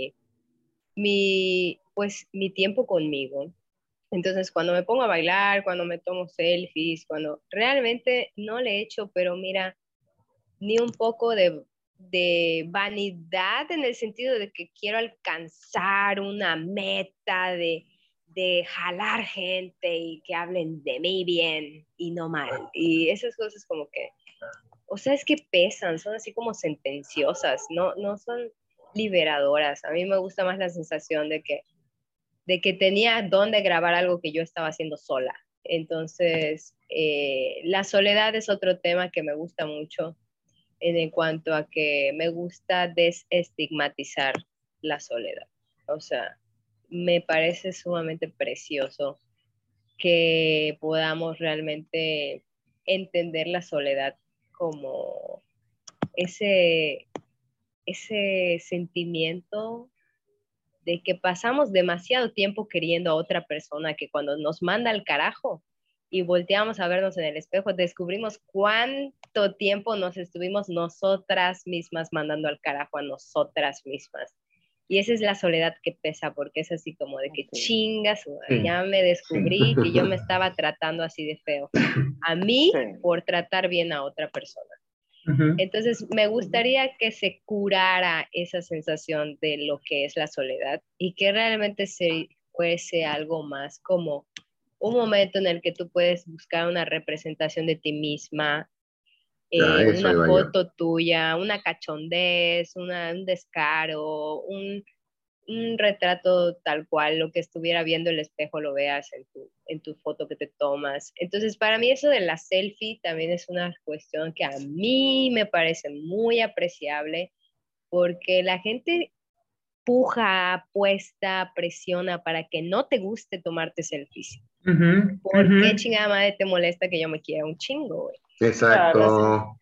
pues, mi tiempo conmigo. Entonces, cuando me pongo a bailar, cuando me tomo selfies, cuando realmente no le echo, pero mira, ni un poco de vanidad en el sentido de que quiero alcanzar una meta de jalar gente y que hablen de mí bien y no mal. Y esas cosas como que, o sea, es que pesan, son así como sentenciosas, no son liberadoras. A mí me gusta más la sensación de que tenía dónde grabar algo que yo estaba haciendo sola. Entonces, la soledad es otro tema que me gusta mucho en cuanto a que me gusta desestigmatizar la soledad. O sea, me parece sumamente precioso que podamos realmente entender la soledad como ese, ese sentimiento de que pasamos demasiado tiempo queriendo a otra persona que cuando nos manda al carajo y volteamos a vernos en el espejo, descubrimos cuánto tiempo nos estuvimos nosotras mismas mandando al carajo a nosotras mismas. Y esa es la soledad que pesa, porque es así como de que chingas, ya me descubrí que yo me estaba tratando así de feo. A mí por tratar bien a otra persona. Entonces, me gustaría que se curara esa sensación de lo que es la soledad y que realmente se fuese algo más como un momento en el que tú puedes buscar una representación de ti misma, una foto tuya, una cachondez, un descaro, un retrato tal cual, lo que estuviera viendo el espejo lo veas en tu foto que te tomas. Entonces, para mí eso de la selfie también es una cuestión que a mí me parece muy apreciable porque la gente puja, apuesta, presiona para que no te guste tomarte selfies. ¿Por qué chingada madre te molesta que yo me quiera un chingo, güey? Exacto.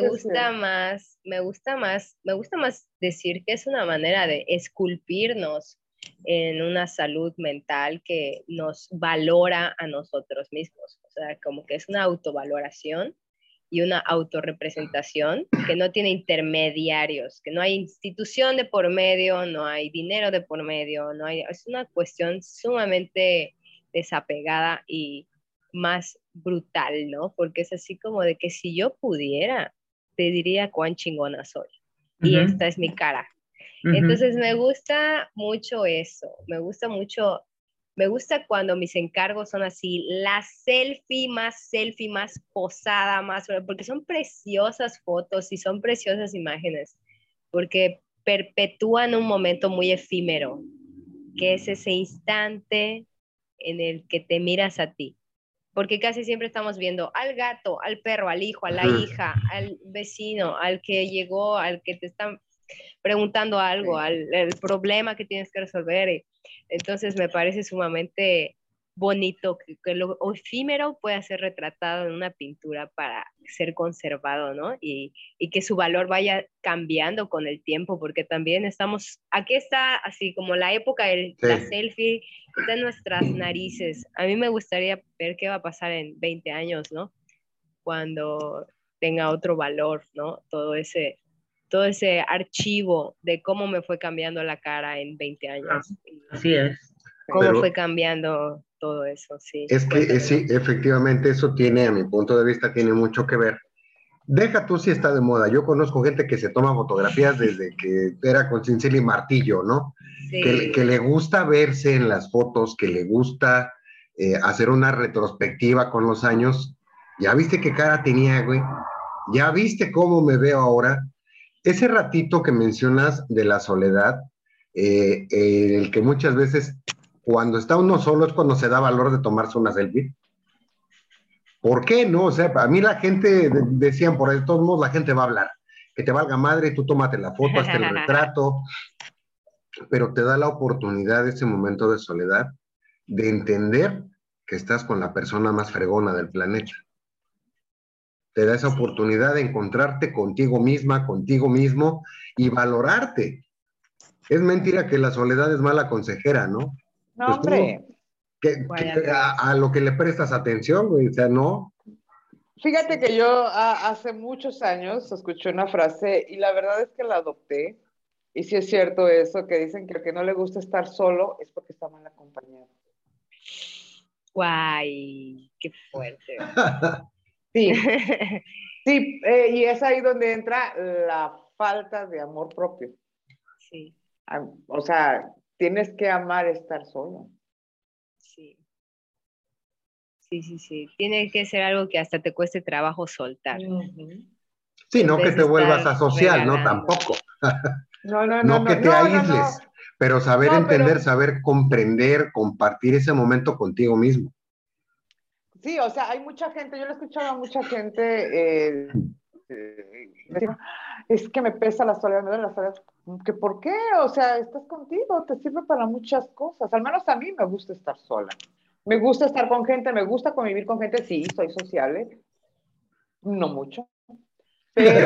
Me gusta más decir que es una manera de esculpirnos en una salud mental que nos valora a nosotros mismos. O sea, como que es una autovaloración y una autorrepresentación que no tiene intermediarios, que no hay institución de por medio, no hay dinero de por medio, es una cuestión sumamente desapegada y más brutal, ¿no? Porque es así como de que si yo pudiera, te diría cuán chingona soy. Y esta es mi cara. Entonces me gusta mucho eso, me gusta cuando mis encargos son así, la selfie, más posada, porque son preciosas fotos y son preciosas imágenes, porque perpetúan un momento muy efímero, que es ese instante en el que te miras a ti. Porque casi siempre estamos viendo al gato, al perro, al hijo, a la hija, al vecino, al que llegó, al que te están preguntando algo, al problema que tienes que resolver. Entonces me parece sumamente bonito, que lo efímero pueda ser retratado en una pintura para ser conservado, ¿no? Y que su valor vaya cambiando con el tiempo, porque también aquí está así como la época de la selfie, está en nuestras narices. A mí me gustaría ver qué va a pasar en 20 años, ¿no? Cuando tenga otro valor, ¿no? Todo ese archivo de cómo me fue cambiando la cara en 20 años. Así es. ¿Cómo fue cambiando todo eso? Sí. Es que sí, efectivamente, eso tiene, a mi punto de vista, tiene mucho que ver. Deja tú si está de moda. Yo conozco gente que se toma fotografías desde que era con cincel y martillo, ¿no? Sí. Que le gusta verse en las fotos, que le gusta hacer una retrospectiva con los años. ¿Ya viste qué cara tenía, güey? ¿Ya viste cómo me veo ahora? Ese ratito que mencionas de la soledad, el que muchas veces cuando está uno solo es cuando se da valor de tomarse una selfie. ¿Por qué no? O sea, a mí la gente, decían por ahí, de todos modos la gente va a hablar. Que te valga madre, tú tómate la foto, hazte el retrato, pero te da la oportunidad ese momento de soledad de entender que estás con la persona más fregona del planeta. Te da esa oportunidad de encontrarte contigo misma, contigo mismo y valorarte. Es mentira que la soledad es mala consejera, ¿no? No, pues hombre. A lo que le prestas atención, güey, o sea, no. Fíjate que yo hace muchos años escuché una frase y la verdad es que la adopté. Y sí es cierto eso, que dicen que al que no le gusta estar solo es porque está mal acompañado. Guay, qué fuerte. Sí, sí, y es ahí donde entra la falta de amor propio. Sí. O sea, tienes que amar estar solo. Sí. Sí. Tiene que ser algo que hasta te cueste trabajo soltar. Sí, no que te vuelvas asocial, ¿no? Tampoco. No que te aísles, pero saber entender, saber comprender, compartir ese momento contigo mismo. Sí, o sea, hay mucha gente, yo le he escuchado a mucha gente decir, es que me pesa la soledad, me duele la soledad. ¿Que por qué? O sea, estás contigo, te sirve para muchas cosas. Al menos a mí me gusta estar sola. Me gusta estar con gente, me gusta convivir con gente, sí, soy sociable. No mucho. Pero,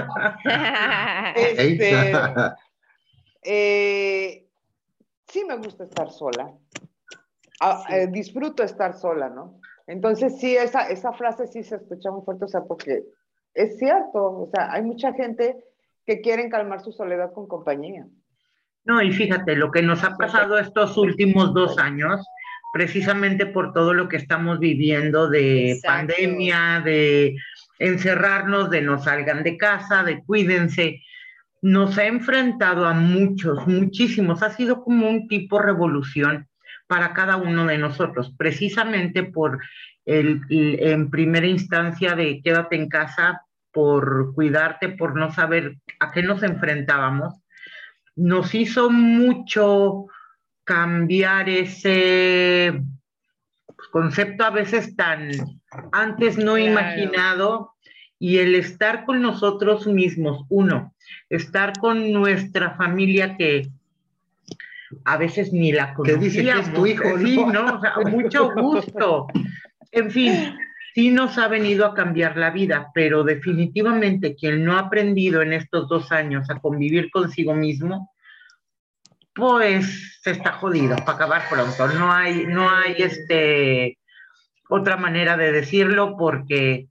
sí me gusta estar sola. Disfruto estar sola, ¿no? Entonces sí, esa frase sí se escucha muy fuerte, o sea, porque es cierto, o sea, hay mucha gente que quieren calmar su soledad con compañía. No, y fíjate, lo que nos ha pasado estos últimos 2 años, precisamente por todo lo que estamos viviendo de pandemia, de encerrarnos, de no salgan de casa, de cuídense, nos ha enfrentado a muchísimos, ha sido como un tipo revolución para cada uno de nosotros, precisamente por en primera instancia de quédate en casa, por cuidarte, por no saber a qué nos enfrentábamos, nos hizo mucho cambiar ese concepto a veces tan antes no imaginado, y el estar con nosotros mismos, estar con nuestra familia que a veces ni la conocíamos. Que dice que es tu hijo, ¿no? Sí, ¿no? O sea, mucho gusto. En fin, sí nos ha venido a cambiar la vida, pero definitivamente quien no ha aprendido en estos 2 años a convivir consigo mismo, pues se está jodido para acabar pronto. No hay otra manera de decirlo, porque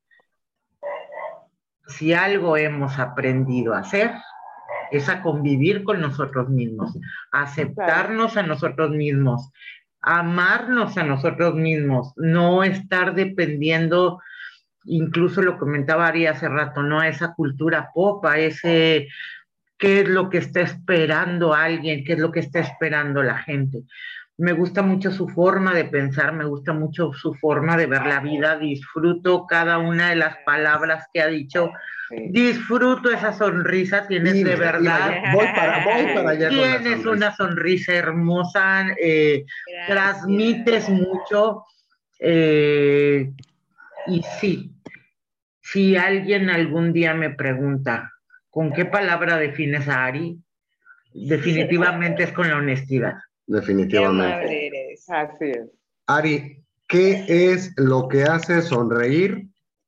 si algo hemos aprendido a hacer es a convivir con nosotros mismos, a aceptarnos a nosotros mismos, amarnos a nosotros mismos, no estar dependiendo, incluso lo comentaba Ari hace rato, ¿no? A esa cultura pop, a ese qué es lo que está esperando alguien, qué es lo que está esperando la gente. Me gusta mucho su forma de pensar, me gusta mucho su forma de ver la vida, disfruto cada una de las palabras que ha dicho, disfruto esa sonrisa, tienes de verdad, voy para allá. Tienes una sonrisa hermosa, transmites mucho, y sí, si alguien algún día me pregunta, ¿con qué palabra defines a Ari? Definitivamente es con la honestidad. Definitivamente. Qué amable eres. Así es. Ari, ¿qué es lo que hace sonreír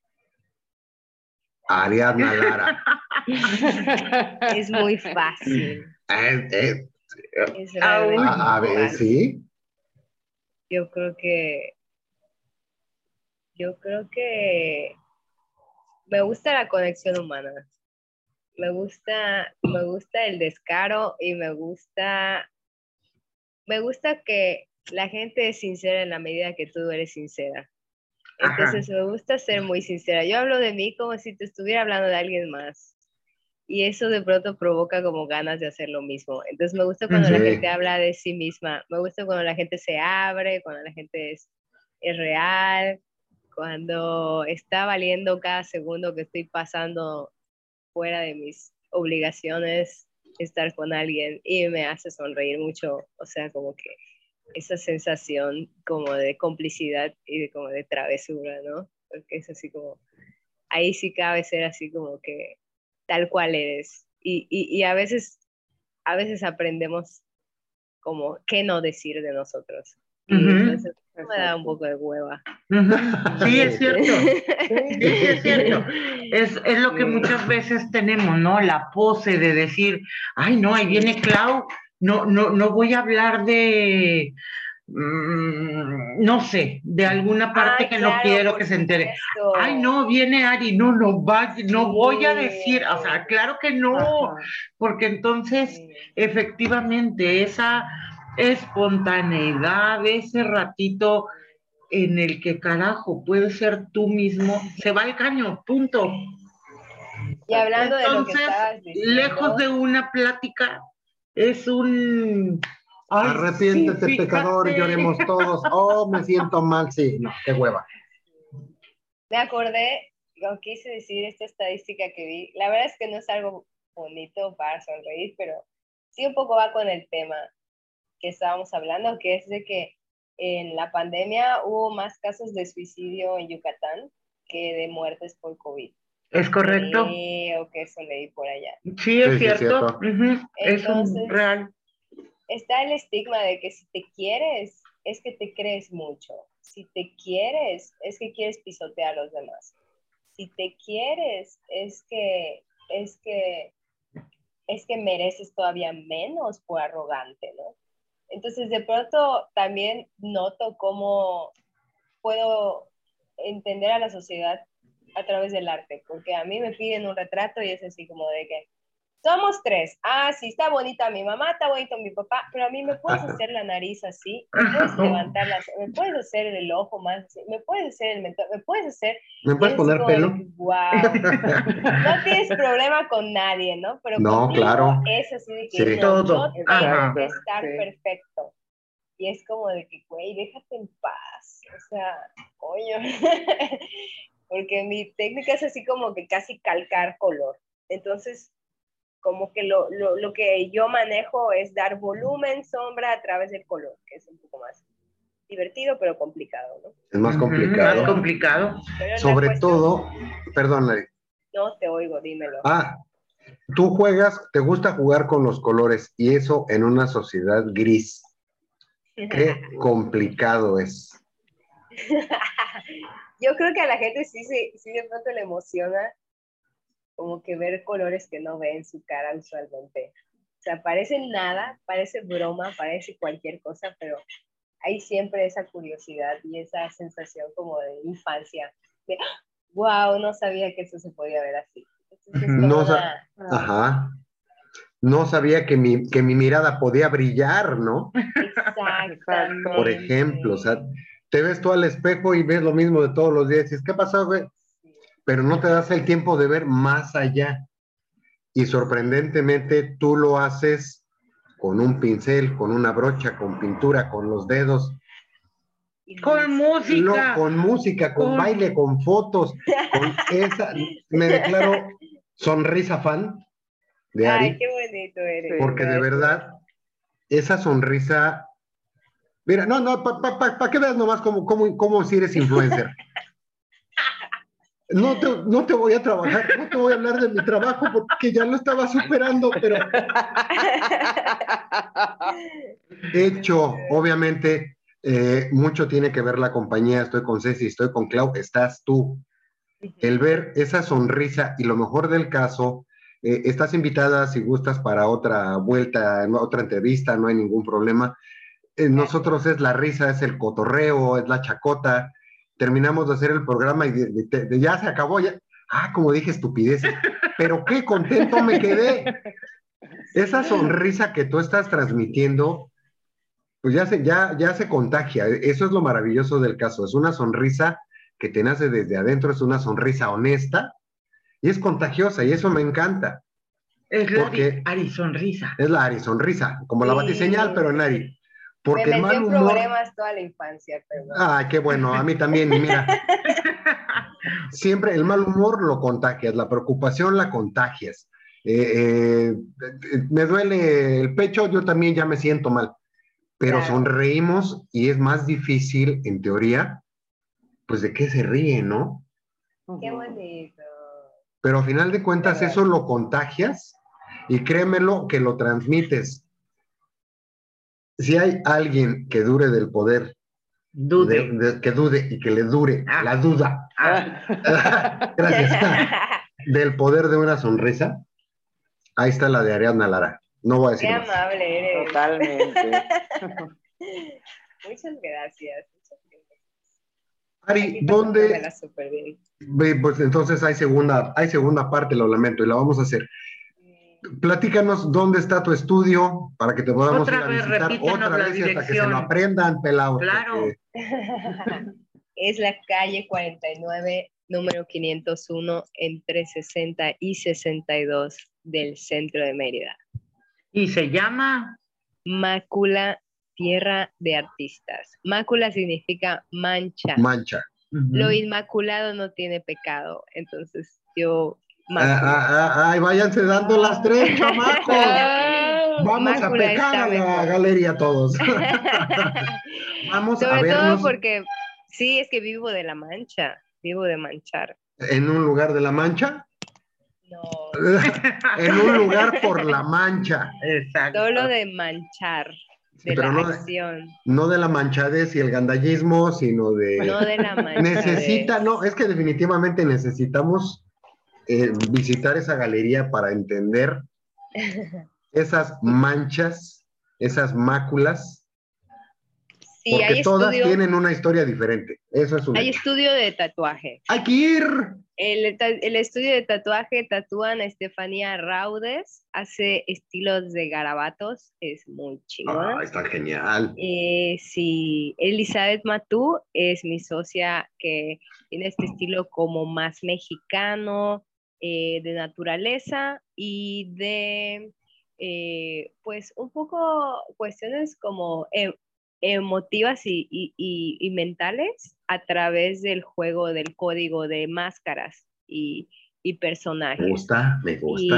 a Ariadna Lara? Es muy fácil. Eh, Es realmente a muy ver, fácil. sí. Yo creo que me gusta la conexión humana. Me gusta el descaro y me gusta que la gente es sincera en la medida que tú eres sincera. Entonces me gusta ser muy sincera. Yo hablo de mí como si te estuviera hablando de alguien más. Y eso de pronto provoca como ganas de hacer lo mismo. Entonces me gusta cuando la Sí. gente habla de sí misma. Me gusta cuando la gente se abre, cuando la gente es real, cuando está valiendo cada segundo que estoy pasando fuera de mis obligaciones estar con alguien y me hace sonreír mucho. O sea, como que esa sensación como de complicidad y de como de travesura, ¿no? Porque es así como, ahí sí cabe ser así como que tal cual eres. Y a veces aprendemos como qué no decir de nosotros. Y entonces me da un poco de hueva. Sí, es cierto. Sí, es cierto. Es lo que Sí. muchas veces tenemos, ¿no? La pose de decir, ay, no, ahí viene Clau, no voy a hablar de, no sé, de alguna parte que no Claro, quiero por que se entere. supuesto. Ay, no, viene Ari, no voy a Sí. decir, o sea, claro que no, Ajá. porque entonces, Sí. efectivamente, esa espontaneidad, ese ratito en el que carajo puedes ser tú mismo, se va al caño, punto. Y hablando de lo que Entonces, estabas lejos diciendo, de una plática, es un... Ay, Arrepiéntete, sí, pecador, fíjate. lloremos todos. Oh, me siento mal, sí, no, qué hueva. me acordé, lo quise decir esta estadística que vi. La verdad es que no es algo bonito para sonreír, pero sí un poco va con el tema que estábamos hablando, que es de que en la pandemia hubo más casos de suicidio en Yucatán que de muertes por COVID. Es correcto. Creo que eso leí por allá. Sí, es Sí, sí, es cierto. cierto. Es un Entonces, real. está el estigma de que si te quieres, es que te crees mucho. Si te quieres, es que quieres pisotear a los demás. Si te quieres, es que mereces todavía menos por arrogante, ¿no? Entonces, de pronto también noto cómo puedo entender a la sociedad a través del arte, porque a mí me piden un retrato y es así como de que somos tres. Ah, sí, está bonita mi mamá, está bonito mi papá, pero a mí me puedes hacer la nariz así, me puedes levantar me puedes hacer el ojo más así, me puedes hacer el mentón, me puedes hacer... ¿Me Y puedes es así poner como pelo? de que, wow, no tienes problema con nadie, ¿no? Pero No, contigo claro. es así de que Sí. no, Todo. yo Ajá. tengo que estar Sí. perfecto. Y es como de que, güey, déjate en paz. O sea, coño. Porque mi técnica es así como que casi calcar color. Entonces, como que lo que yo manejo es dar volumen, sombra a través del color, que es un poco más divertido, pero complicado, ¿no? Es más Más complicado. complicado. Pero la Sobre cuestión, todo, perdón, Ari. no te oigo, dímelo. Tú juegas, te gusta jugar con los colores y eso en una sociedad gris. Qué complicado es. Yo creo que a la gente sí de pronto le emociona como que ver colores que no ve en su cara usualmente. O sea, parece nada, parece broma, parece cualquier cosa, pero hay siempre esa curiosidad y esa sensación como de infancia, de, wow, no sabía que eso se podía ver así. Entonces es como No, una... ajá. No sabía que mi mirada podía brillar, ¿no? Exactamente. Por ejemplo, o sea, te ves tú al espejo y ves lo mismo de todos los días y dices, ¿qué pasó, güey? Sí. Pero no te das el tiempo de ver más allá. Y sorprendentemente tú lo haces con un pincel, con una brocha, con pintura, con los dedos, Con música. con música, con baile, con fotos, con esa, me declaro sonrisa fan de Ay, Ari, qué bonito eres. porque de verdad, esa sonrisa, mira, no, para que veas nomás cómo si eres influencer. No te voy a trabajar, no te voy a hablar de mi trabajo porque ya lo estaba superando, pero hecho, obviamente, Mucho tiene que ver la compañía, estoy con Ceci, estoy con Clau, estás tú. El ver esa sonrisa y lo mejor del caso, estás invitada si gustas para otra vuelta, otra entrevista, no hay ningún problema. Nosotros es la risa, es el cotorreo, es la chacota. Terminamos de hacer el programa y ya se acabó, ya. Ah, como dije, estupideces. Pero qué contento me quedé. Esa sonrisa que tú estás transmitiendo, pues ya se contagia. Eso es lo maravilloso del caso. Es una sonrisa que te nace desde adentro, es una sonrisa honesta y es contagiosa y eso me encanta. Es la Porque Ari Sonrisa. es la Ari sonrisa, como la Sí. batiseñal, pero en Ari. Me Porque el metí mal en humor. problemas toda la infancia, perdón. Ay, qué bueno, a mí también. Y mira, siempre el mal humor lo contagias, la preocupación la contagias. Me duele el pecho, yo también ya me siento mal, pero Claro. sonreímos y es más difícil, en teoría, pues de qué se ríe, ¿no? Qué bonito. Pero a final de cuentas Verdad. eso lo contagias y créemelo que lo transmites. Si hay alguien que dure del poder, que dude y que le dure la duda, gracias, del poder de una sonrisa, ahí está la de Ariadna Lara. No voy a Qué decir más. amable eres. Totalmente. Muchas gracias. Ari, Aquí ¿dónde? pasándomela súper bien. Pues entonces hay segunda parte, lo lamento, y la vamos a hacer. Platícanos dónde está tu estudio para que te podamos Otra ir a vez, visitar repítenos otra la vez y hasta que se lo dirección. aprendan, pelados. Claro. Es la calle 49, número 501, entre 60 y 62 del centro de Mérida. Y se llama Mácula, Tierra de Artistas. Mácula significa mancha. Mancha. Lo inmaculado no tiene pecado. Entonces yo... mácula. Ay, váyanse dando las tres, chamacos. Vamos a Mácula pecar está a la mejor. galería todos. Vamos a Sobre todo vernos porque sí, es que vivo de la mancha, vivo de manchar. en un lugar de la Mancha. No, En un lugar por la Mancha. exacto. solo de manchar, de Pero la no, acción, no de la manchadez y el gandallismo, sino de... no de la manchadez. no, es que definitivamente necesitamos visitar esa galería para entender esas manchas, esas máculas, Sí, porque hay todas estudio, tienen una historia diferente. Eso es un hay hecho. estudio de tatuaje. ¡Hay que ir! El estudio de tatuaje tatúan a Estefanía Raudes, hace estilos de garabatos, es muy chingona. Ah, está genial. Sí, Elizabeth Matú es mi socia que tiene este estilo como más mexicano, de naturaleza y de, pues, un poco cuestiones como emotivas y mentales a través del juego del código de máscaras y personajes. Me gusta.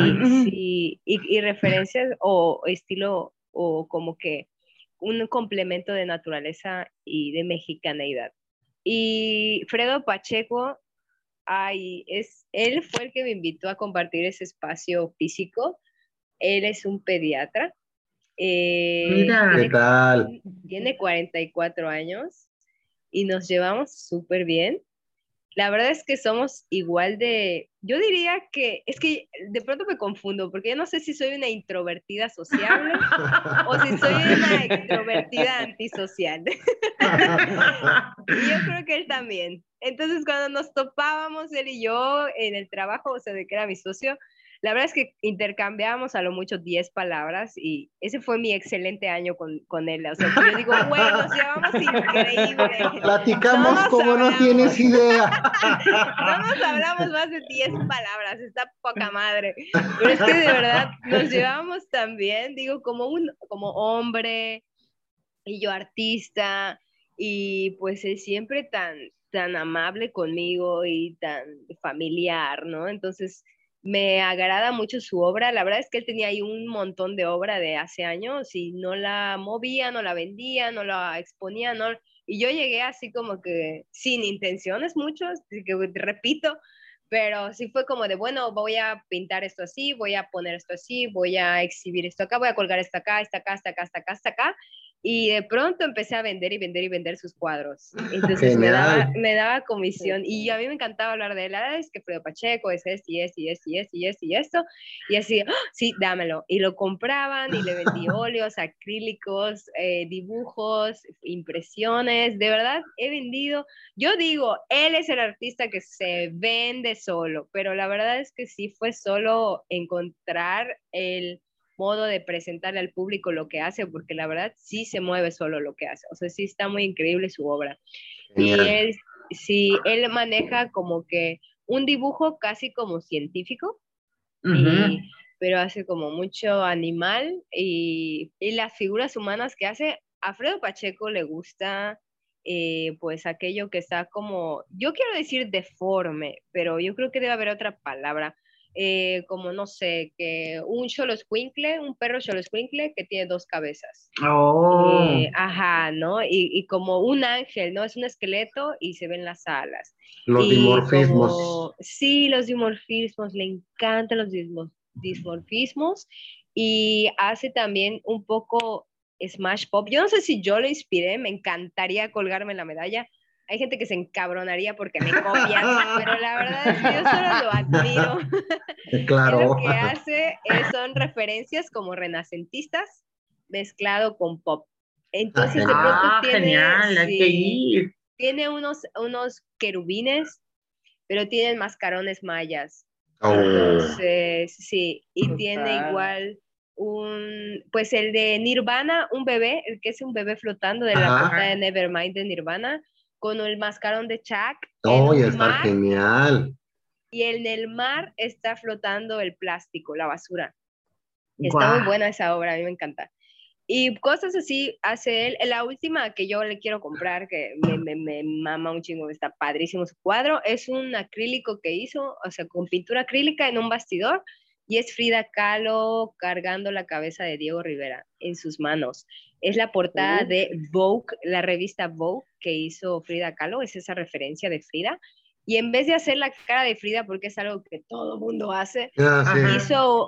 Y referencias o estilo o como que un complemento de naturaleza y de mexicaneidad. Y Fredo Pacheco, él fue el que me invitó a compartir ese espacio físico. Él es un pediatra. Mira. ¿Qué tal? Tiene 44 años y nos llevamos súper bien. La verdad es que somos igual de, yo diría que, es que de pronto me confundo, porque yo no sé si soy una introvertida sociable o si soy una extrovertida antisocial. Y yo creo que él también. Entonces, cuando nos topábamos, él y yo, en el trabajo, o sea, de que era mi socio, la verdad es que intercambiábamos a lo mucho 10 palabras y ese fue mi excelente año con él. O sea, que yo digo, güey, nos llevamos increíble. Platicamos No como no hablamos. tienes idea. No nos hablamos más de 10 palabras, está poca madre. Pero es que de verdad nos llevamos tan bien, digo, como hombre y yo artista, y pues es siempre tan amable conmigo y tan familiar, ¿no? Entonces me agrada mucho su obra. La verdad es que él tenía ahí un montón de obra de hace años y no la movía, no la vendía, no la exponía, no. Y yo llegué así como que sin intenciones muchos, que repito, pero sí fue como de, bueno, voy a pintar esto así, voy a poner esto así, voy a exhibir esto acá, voy a colgar esto acá, esta acá, esta acá, esta acá, esta acá. Y de pronto empecé a vender y vender y vender sus cuadros. Entonces Genial. me daba comisión y a mí me encantaba hablar de él. Ah, es que Fredo Pacheco es este y este y este y este y este y esto. Y así, ¡ah! Sí, dámelo. Y lo compraban y le vendí óleos, acrílicos, dibujos, impresiones. De verdad, he vendido. Yo digo, él es el artista que se vende solo, pero la verdad es que sí fue solo encontrar el modo de presentarle al público lo que hace, porque la verdad sí se mueve solo lo que hace, o sea, sí está muy increíble su obra. Y Genial. él, sí, él maneja como que un dibujo casi como científico, Ujú. pero hace como mucho animal y las figuras humanas que hace, a Fredo Pacheco le gusta pues aquello que está como, yo quiero decir deforme, pero yo creo que debe haber otra palabra, como no sé, que un xoloscuincle, un perro xoloscuincle que tiene dos cabezas. Oh, Ajá, ¿no? Y como un ángel, ¿no? Es un esqueleto y se ven las alas. Los Y dimorfismos. como, sí, los dimorfismos, le encantan los dimorfismos y hace también un poco Smash Pop. Yo no sé si yo lo inspiré, me encantaría colgarme la medalla. Hay gente que se encabronaría porque me copias, pero la verdad es que yo solo lo admiro. Él lo Claro. que hace son referencias como renacentistas mezclado con pop. Entonces de pronto tiene, genial, hay que sí, ir. tiene unos querubines, pero tienen mascarones mayas. Oh. Entonces, sí, y tiene Total. igual pues el de Nirvana, un bebé, el que es un bebé flotando de la Ajá. portada de Nevermind de Nirvana, con el mascarón de Chuck en Oh, ya un está mar, genial. y en el mar está flotando el plástico, la basura. Está muy Guau. buena esa obra, a mí me encanta. Y cosas así hace él. La última que yo le quiero comprar, que me mama un chingo, está padrísimo su cuadro, es un acrílico que hizo, o sea, con pintura acrílica en un bastidor, y es Frida Kahlo cargando la cabeza de Diego Rivera en sus manos. Es la portada de Vogue, la revista Vogue que hizo Frida Kahlo, es esa referencia de Frida. Y en vez de hacer la cara de Frida, porque es algo que todo mundo hace, Ah, sí. Ajá.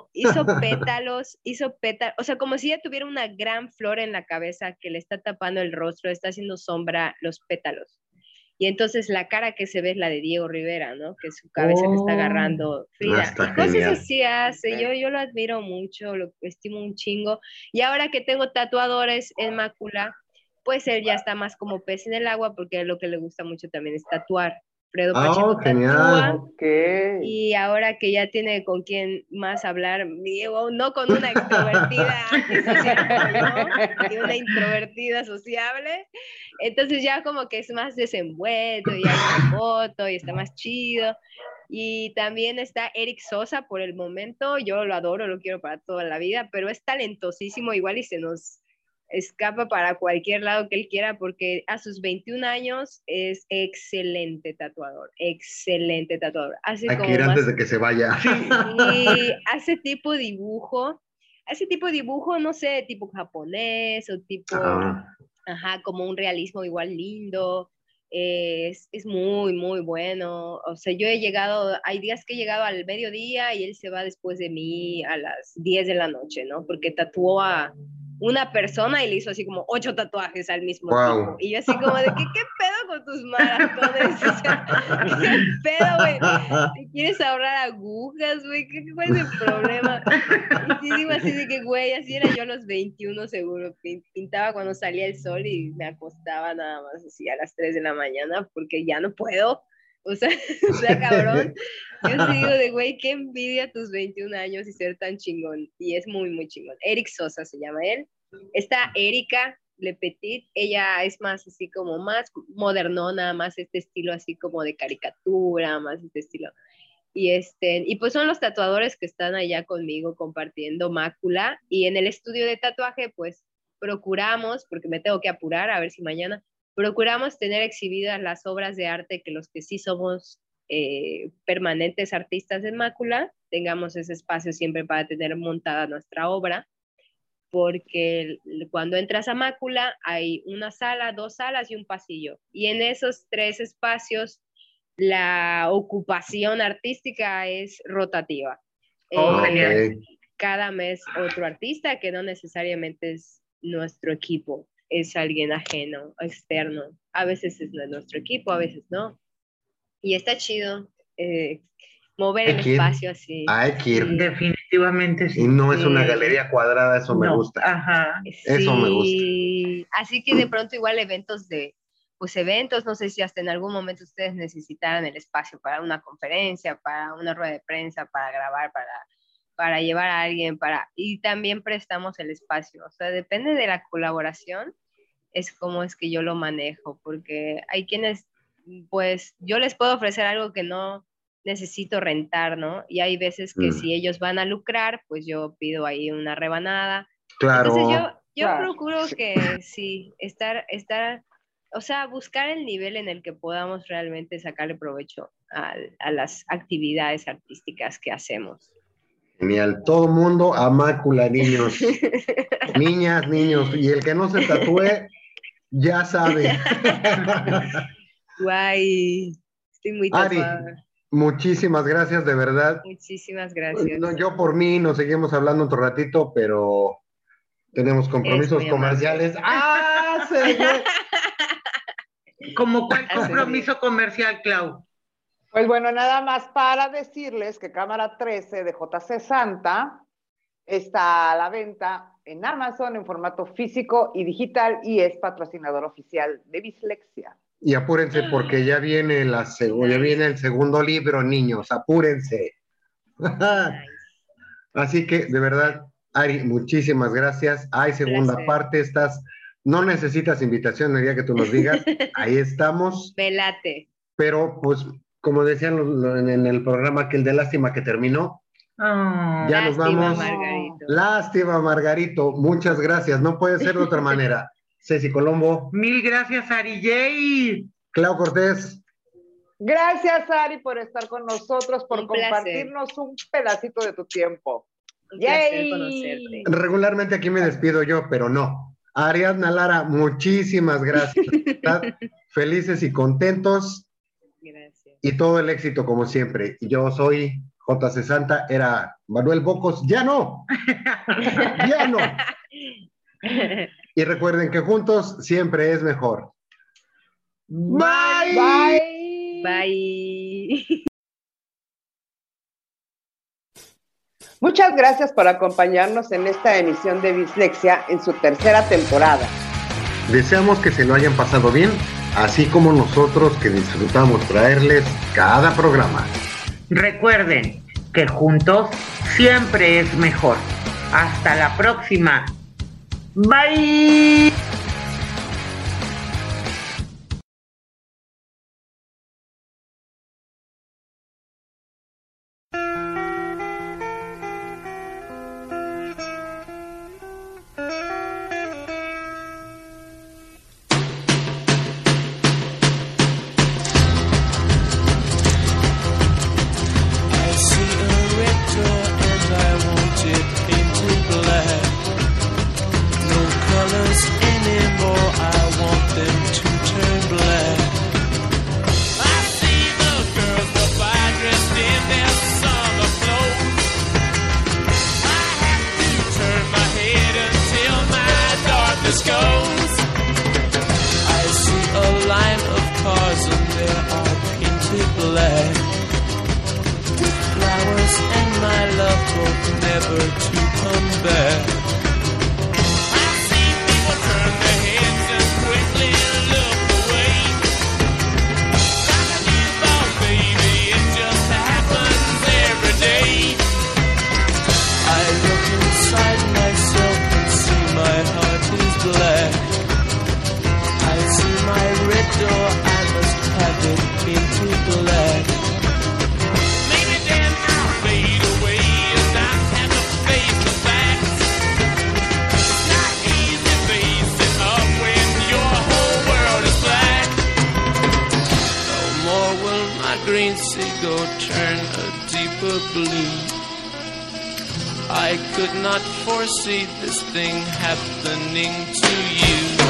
hizo pétalos, o sea, como si ella tuviera una gran flor en la cabeza que le está tapando el rostro, está haciendo sombra los pétalos. Y entonces la cara que se ve es la de Diego Rivera, ¿no? Que es su cabeza que está Oh, agarrando Ah, Frida. está Y cosas genial. así hace, yo lo admiro mucho, lo estimo un chingo. Y ahora que tengo tatuadores en Mácula, pues él ya está más como pez en el agua porque lo que le gusta mucho también es tatuar. Fredo Oh, Pacheco tatúa, genial. Ok. y ahora que ya tiene con quién más hablar, digo, no con una extrovertida antisocial como yo y una introvertida sociable, entonces ya como que es más desenvuelto y hay una foto y está más chido. Y también está Eric Sosa por el momento, yo lo adoro, lo quiero para toda la vida, pero es talentosísimo igual y se nos escapa para cualquier lado que él quiera, porque a sus 21 años es excelente tatuador. Hace Hay que como ir antes más, de que se vaya. sí, hace tipo dibujo, no sé, tipo japonés o tipo, Ah, ajá, como un realismo igual lindo. Es muy, muy bueno. O sea, yo he llegado, hay días que he llegado al mediodía y él se va después de mí a las 10 de la noche, ¿no? Porque tatuó a una persona y le hizo así como 8 tatuajes al mismo tiempo. wow. Y yo así como de que, ¿qué pedo con tus maratones? O sea, ¿qué pedo, güey? ¿Te quieres ahorrar agujas, güey? ¿Cuál es el problema? Y sí, digo así de que, güey, así era yo a los 21 seguro. Pintaba cuando salía el sol y me acostaba nada más así a las 3 de la mañana porque ya no puedo. O sea, está cabrón. Yo sí digo de, güey, qué envidia tus 21 años y ser tan chingón. Y es muy, muy chingón. Eric Sosa se llama él. Está Erika Le Petit. Ella es más así como más modernona, más este estilo así como de caricatura, más este estilo. Y pues son los tatuadores que están allá conmigo compartiendo Mácula. Y en el estudio de tatuaje, pues procuramos, porque me tengo que apurar a ver si mañana, procuramos tener exhibidas las obras de arte que los que sí somos permanentes artistas en Mácula, tengamos ese espacio siempre para tener montada nuestra obra, porque cuando entras a Mácula hay una sala, dos salas y un pasillo. Y en esos tres espacios la ocupación artística es rotativa. oh, Eh, genial. Ok. cada mes otro artista que no necesariamente es nuestro equipo. es alguien ajeno, externo. A veces es nuestro equipo, a veces no. Y está chido mover el espacio así. Hay que ir. Sí. Definitivamente sí. Y no es una galería cuadrada, eso me gusta. Ajá. Eso me gusta. Así que de pronto igual eventos, no sé si hasta en algún momento ustedes necesitaran el espacio para una conferencia, para una rueda de prensa, para grabar, para llevar a alguien, y también prestamos el espacio. O sea, depende de la colaboración, es como es que yo lo manejo, porque hay quienes, pues, yo les puedo ofrecer algo que no necesito rentar, ¿no? Y hay veces que si ellos van a lucrar, pues yo pido ahí una rebanada. Claro. Entonces yo procuro que sí, estar, o sea, buscar el nivel en el que podamos realmente sacarle provecho a las actividades artísticas que hacemos. Genial. Todo mundo a mácula, niños. Niñas, niños. Y el que no se tatúe, ya sabe. Guay. Estoy muy tatuada. Ari, muchísimas gracias, de verdad. Muchísimas gracias. No, yo por mí nos seguimos hablando otro ratito, pero tenemos compromisos comerciales. ¡Ah, señor! ¿Cómo cuál compromiso comercial, Clau? Pues bueno, nada más para decirles que Cámara 13 de JC Santa está a la venta en Amazon en formato físico y digital y es patrocinador oficial de Bislexia. Y apúrense porque ya viene el segundo libro, niños, apúrense. Así que, de verdad, Ari, muchísimas gracias. Hay segunda parte, no necesitas invitación el día que tú nos digas, ahí estamos. Velate. Pero, pues, como decían en el programa aquel de Lástima que terminó, ya nos vamos. Margarito. Lástima, Margarito, muchas gracias, no puede ser de otra manera. Ceci Colombo. Mil gracias, Ari J. Clau Cortés. Gracias, Ari, por estar con nosotros, por compartirnos placer. un pedacito de tu tiempo. Un placer conocerte. Regularmente aquí me despido yo, pero no. Ariadna Lara, muchísimas gracias. Felices y contentos. Gracias. Y todo el éxito como siempre. Yo soy JC Santa, era Manuel Bocos. ¡Ya no! ¡Ya no! Y recuerden que juntos siempre es mejor. Bye. Bye. Bye. Muchas gracias por acompañarnos en esta emisión de Bislexia en su tercera temporada. Deseamos que se lo hayan pasado bien, así como nosotros que disfrutamos traerles cada programa. Recuerden que juntos siempre es mejor. Hasta la próxima. Bye. I could not foresee this thing happening to you.